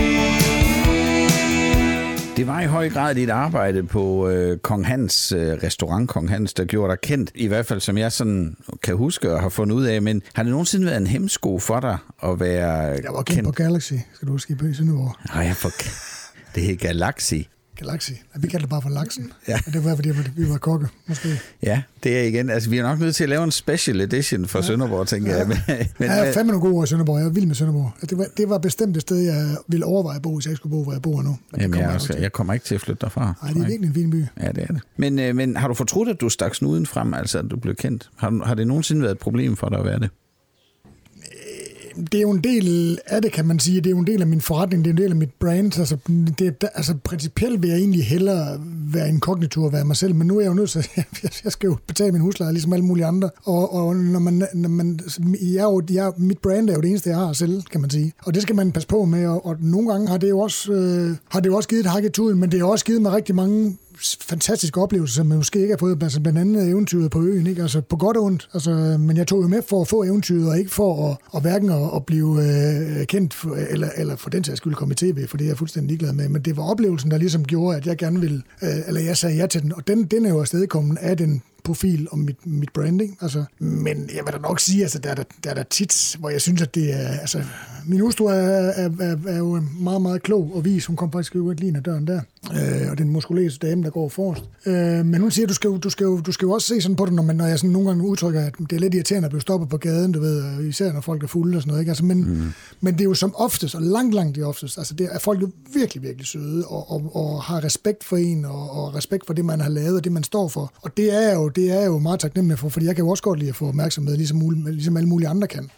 B: Det var i høj grad dit arbejde på Kong Hans restaurant, Kong Hans, der gjorde dig kendt, i hvert fald som jeg sådan kan huske og har fundet ud af, men har det nogensinde været en hemsko for dig at være
A: Jeg var kendt på Galaxy, skal du huske, i Sønderborg.
B: Nej, det er Galaxy.
A: Galaxy. Vi kaldte det bare for Laksen. Ja. Det var, fordi vi var kokke, måske.
B: Ja, det er igen. Altså, vi er nok nødt til at lave en special edition for Sønderborg, tænker jeg.
A: Men jeg er fandme nogle gode ord i Sønderborg. Jeg er vild med Sønderborg. Det var bestemt et sted, jeg ville overveje at bo, hvis jeg ikke skulle bo, hvor jeg bor nu.
B: Jamen, jeg kommer ikke til at flytte derfra.
A: Nej, det er virkelig en fin by.
B: Ja, det er det. Men har du fortrudt, at du stak snuden frem, altså at du blev kendt? Har det nogensinde været et problem for dig at være det?
A: Det er jo en del af det, kan man sige. Det er jo en del af min forretning, det er en del af mit brand. Altså principielt vil jeg egentlig hellere være inkognito og være mig selv, men nu er jeg jo nødt til, jeg skal jo betale min husleje, ligesom alle mulige andre. Og når man mit brand er jo det eneste, jeg har selv, kan man sige. Og det skal man passe på med, og nogle gange har det jo også givet et hak i tuden, men det har også givet mig rigtig mange fantastiske oplevelser, som man måske ikke har fået, altså blandt andet eventyret på øen, ikke? Altså på godt og ondt, altså, men jeg tog jo med for at få eventyret, og ikke for at hverken at blive kendt, eller for den sags skyld komme i tv, for det er jeg fuldstændig ligeglad med, men det var oplevelsen, der ligesom gjorde, at jeg gerne ville, eller jeg sagde ja til den, og den er jo afstedkommet af den profil og mit branding. Altså, men jeg vil da nok sige, altså, der er der tit, hvor jeg synes, at det er... Altså, min hustru er jo meget, meget klog og vis. Hun kom faktisk jo ikke lige af døren der. Og den muskuløse dame, der går forrest. Men hun siger, at du skal jo også se sådan på det, når jeg sådan nogle gange udtrykker, at det er lidt irriterende at blive stoppet på gaden, du ved, især når folk er fulde og sådan noget. Ikke? Altså, men det er jo som oftest, og langt de oftest, altså det er folk jo virkelig, virkelig søde, og har respekt for en, og respekt for det, man har lavet, og det, man står for. Og det er jo meget taknemmelig for, fordi jeg kan jo også godt lide at få opmærksomhed, ligesom alle mulige andre kan.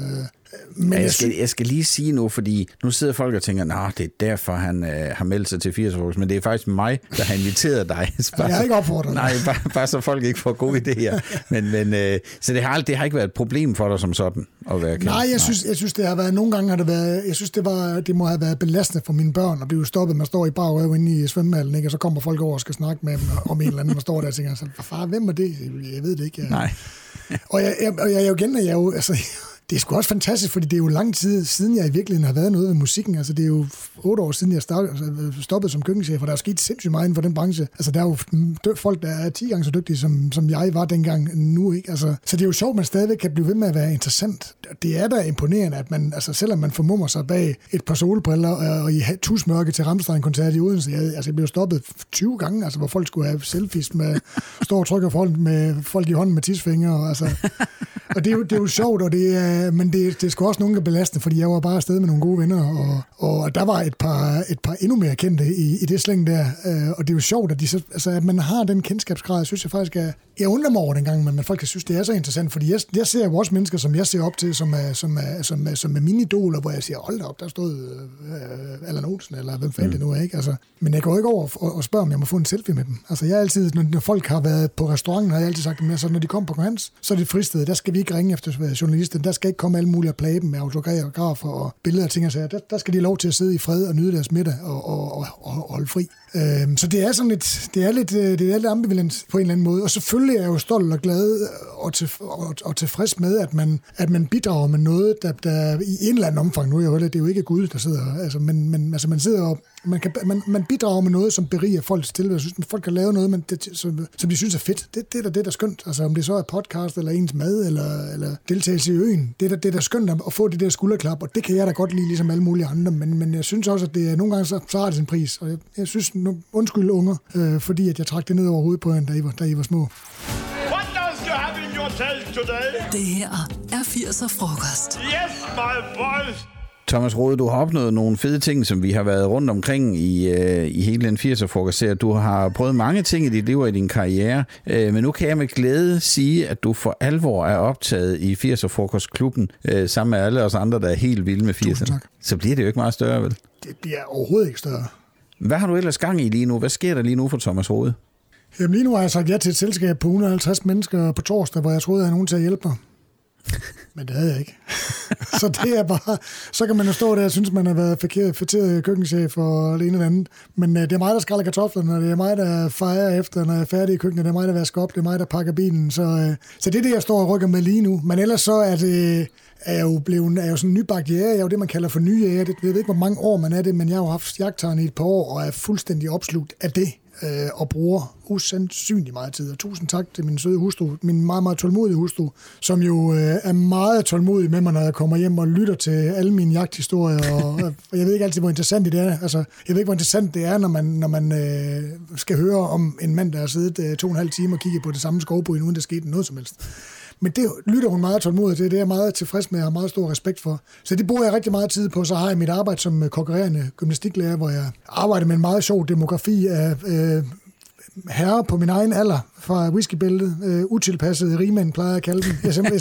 B: Men jeg skal lige sige nu, fordi nu sidder folk og tænker, det er derfor, han har meldt sig til 80'er, men det er faktisk mig, der har inviteret dig.
A: Jeg har ikke opfordret dig.
B: Nej, bare så folk ikke får gode idéer. Men, så det har ikke været et problem for dig som sådan at være kendt?
A: Nej, jeg synes, det har været, nogle gange har det været, jeg synes, det må have været belastende for mine børn at blive stoppet. Man står i bar og inde i svømmehallen, ikke? Og så kommer folk over og skal snakke med dem om en eller anden, man står der og tænker, far, hvem er det? Jeg ved det ikke.
B: Nej.
A: Og jeg jo, altså... Det er sgu også fantastisk, fordi det er jo lang tid siden, jeg i virkeligheden har været noget med musikken. Altså, det er jo 8 år siden, jeg stoppede som køkkenchef, og der er jo sket sindssygt meget inden for den branche. Altså, der er jo folk, der er 10 gange så dygtige, som jeg var dengang nu, ikke? Altså, så det er jo sjovt, at man stadigvæk kan blive ved med at være interessant. Det er da imponerende, at man, altså, selvom man formummer sig bag et par solbriller og i tusmørke til Rammstein-koncert i Odense, jeg blev stoppet 20 gange, altså, hvor folk skulle have selfies med store trykker folk med folk i hånden med tidsfingre, og altså... Og det er jo sjovt, og men det er sgu også nogen, der belastende, fordi jeg var bare afsted med nogle gode venner, og der var et par endnu mere kendte i det slæng der, og det er jo sjovt, at man har den kendskabsgrad, synes jeg faktisk er... Jeg undrer mig over dengang, men folk kan synes, det er så interessant, fordi jeg ser jo også mennesker, som jeg ser op til, som er mine idoler, hvor jeg siger, hold da op, der stod Allan Olsen, eller hvem fanden det nu er, ikke? Altså, men jeg går ikke over og spørger, om jeg må få en selfie med dem. Altså, jeg har altid, når folk har været på restauranten, har jeg altid sagt dem, altså, når de kommer på Hans, så er det et fristed. Der skal vi ikke ringe efter journalisten. Der skal ikke komme alle mulige og plage dem med autografer og billeder og ting og sager. Der skal de lov til at sidde i fred og nyde deres middag og holde fri. Så det er sådan det er lidt ambivalent på en eller anden måde. Og selvfølgelig er jeg jo stolt og glad og tilfreds med, at man bidrager med noget, der i en eller anden omfang, nu det er jo ikke Gud, der sidder, altså, men altså, man sidder og man bidrager med noget, som beriger folks tilværelse. Folk kan lave noget, som de synes er fedt. Det er der skønt. Altså, om det så er podcast, eller ens mad, eller deltagelse i øen. Det er der skønt at få det der skulderklap, og det kan jeg da godt lide, ligesom alle mulige andre. Men jeg synes også, at det er nogle gange, så har det sin pris. Og jeg synes, undskyld unger, fordi at jeg trak det ned over hovedet på en, da I var små.
I: What does you have in your tale today?
C: Det her er 80'er frokost.
I: Yes, my boys!
B: Thomas Rode, du har opnået nogle fede ting, som vi har været rundt omkring i hele den 80'er-frokost. Du har prøvet mange ting i dit liv og i din karriere, men nu kan jeg med glæde sige, at du for alvor er optaget i 80'er-frokostklubben, sammen med alle os andre, der er helt vilde med 80'erne. Så bliver det jo ikke meget større, vel?
A: Det bliver overhovedet ikke større.
B: Hvad har du ellers gang i lige nu? Hvad sker der lige nu for Thomas Rode?
A: Jamen lige nu har jeg sagt ja til et selskab på 150 mennesker på torsdag, hvor jeg troede, at jeg havde nogen til at hjælpe mig. Men det havde jeg ikke. Så det er bare... Så kan man jo stå der og synes, man har været fætteret køkkenchef og det ene eller andet. Men det er mig, der skræller kartoflerne, og det er mig, der fejrer efter, når jeg er færdig i køkkenet. Det er mig, der vasker op, det er mig, der pakker bilen. Så det er det, jeg står og rykker med lige nu. Men ellers så er det... er jo sådan en nybagt jæger. Jeg er jo det, man kalder for nye jæger. Jeg ved ikke, hvor mange år man er det, men jeg har jo haft jagttegn i et par år, og er fuldstændig opslugt af det. Og bruger usandsynlig meget tid. Og tusind tak til min søde hustru, min meget, meget tålmodige hustru, som jo er meget tålmodig med mig, når jeg kommer hjem og lytter til alle mine jagthistorier. Og jeg ved ikke altid, hvor interessant det er. Altså, jeg ved ikke, hvor interessant det er, når man skal høre om en mand, der har siddet 2,5 timer og kigget på det samme skovbryn, uden der skete noget som helst. Men det lytter hun meget tålmodigt til. Det er jeg meget tilfreds med og har meget stor respekt for. Så det bruger jeg rigtig meget tid på. Så har jeg mit arbejde som konkurrerende gymnastiklærer, hvor jeg arbejder med en meget sjov demografi af herrer på min egen alder fra whiskybæltet. Utilpassede rigmænd, plejer jeg at kalde dem.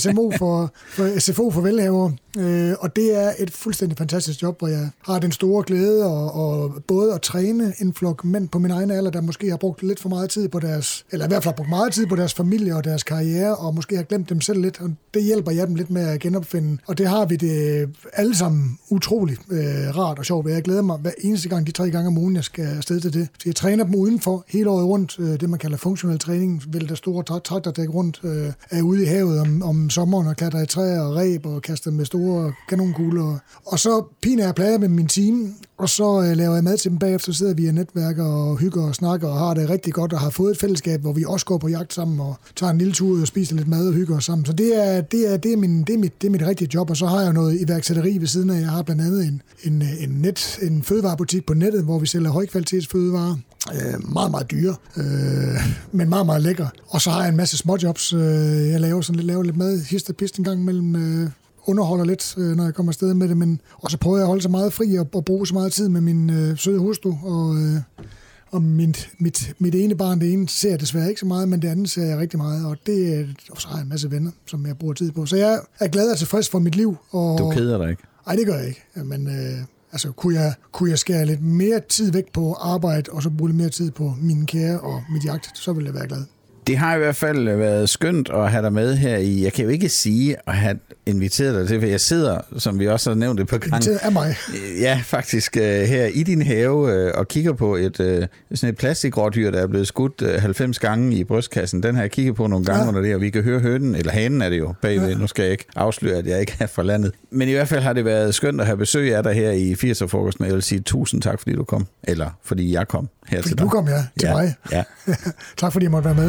A: SFO for velhavere. Og det er et fuldstændig fantastisk job, hvor jeg har den store glæde og både at træne en flok mænd på min egen alder, der måske har brugt lidt for meget tid på deres, eller i hvert fald brugt meget tid på deres familie og deres karriere, og måske har glemt dem selv lidt. Og det hjælper jeg dem lidt med at genopfinde. Og det har vi det alle sammen utroligt rart og sjovt. Jeg glæder mig hver eneste gang, de 3 gange om ugen, jeg skal afsted til det. Så jeg træner dem udenfor hele året rundt, det man kalder funktionel træning, vælter store traktordæk rundt, er ude i havet om sommeren og klatrer i træer og reb og kaster med store kanonkugler. Og så piner jeg plader med min team, og så laver jeg mad til dem bagefter, så sidder vi i netværker og hygger og snakker og har det rigtig godt og har fået et fællesskab, hvor vi også går på jagt sammen og tager en lille tur og spiser lidt mad og hygger os sammen. Så det er mit rigtige job, og så har jeg noget iværksætteri ved siden af. Jeg har blandt andet en fødevarebutik på nettet, hvor vi sælger højkvalitetsfødevarer. Meget, meget dyre, men meget, meget lækker. Og så har jeg en masse småjobs. Jeg laver lidt mad, hist og pist en gang imellem, underholder lidt, når jeg kommer afsted med det, og så prøver jeg at holde så meget fri og bruge så meget tid med min søde hustru, og mit ene barn, det ene ser jeg desværre ikke så meget, men det andet ser jeg rigtig meget, og så har jeg en masse venner, som jeg bruger tid på. Så jeg er glad og tilfreds for mit liv. Og
B: du keder dig ikke?
A: Nej, det gør jeg ikke, men kunne jeg skære lidt mere tid væk på arbejde, og så bruge lidt mere tid på mine kære og mit jagt, så ville jeg være glad.
B: Det har i hvert fald været skønt at have dig med her i. Jeg kan jo ikke sige at have inviteret dig til, for jeg sidder, som vi også har nævnt et par gange.
A: Inviteret af mig.
B: Ja, faktisk her i din have og kigger på sådan et plastikrådyr, der er blevet skudt 90 gange i brystkassen. Den har jeg kigget på nogle gange under det, og vi kan høre hønen, eller hanen er det jo bagved. Ja. Nu skal jeg ikke afsløre, at jeg ikke er fra landet. Men i hvert fald har det været skønt at have besøg af dig her i 80'er-frokosten. Jeg vil sige 1000 tak, fordi du kom. Eller fordi jeg kom her til dig.
A: Du kom, til mig.
B: Ja.
A: Tak, fordi jeg måtte være med.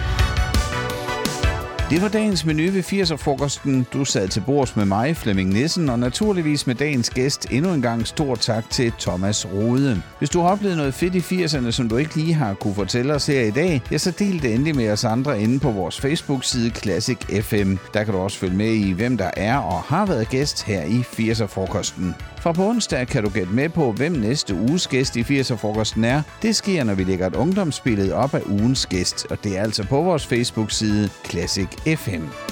B: Det var dagens menu ved 80'er-frokosten. Du sad til bords med mig, Flemming Nissen, og naturligvis med dagens gæst endnu en gang stor tak til Thomas Rode. Hvis du har oplevet noget fedt i 80'erne, som du ikke lige har kunne fortælle os her i dag, ja, så del det endelig med os andre inde på vores Facebook-side Classic FM. Der kan du også følge med i, hvem der er og har været gæst her i 80'er-frokosten. Fra på onsdag kan du gætte med på, hvem næste uges gæst i 80'er-frokosten er. Det sker, når vi lægger et ungdomsbillede op af ugens gæst, og det er altså på vores Facebook-side Classic FM.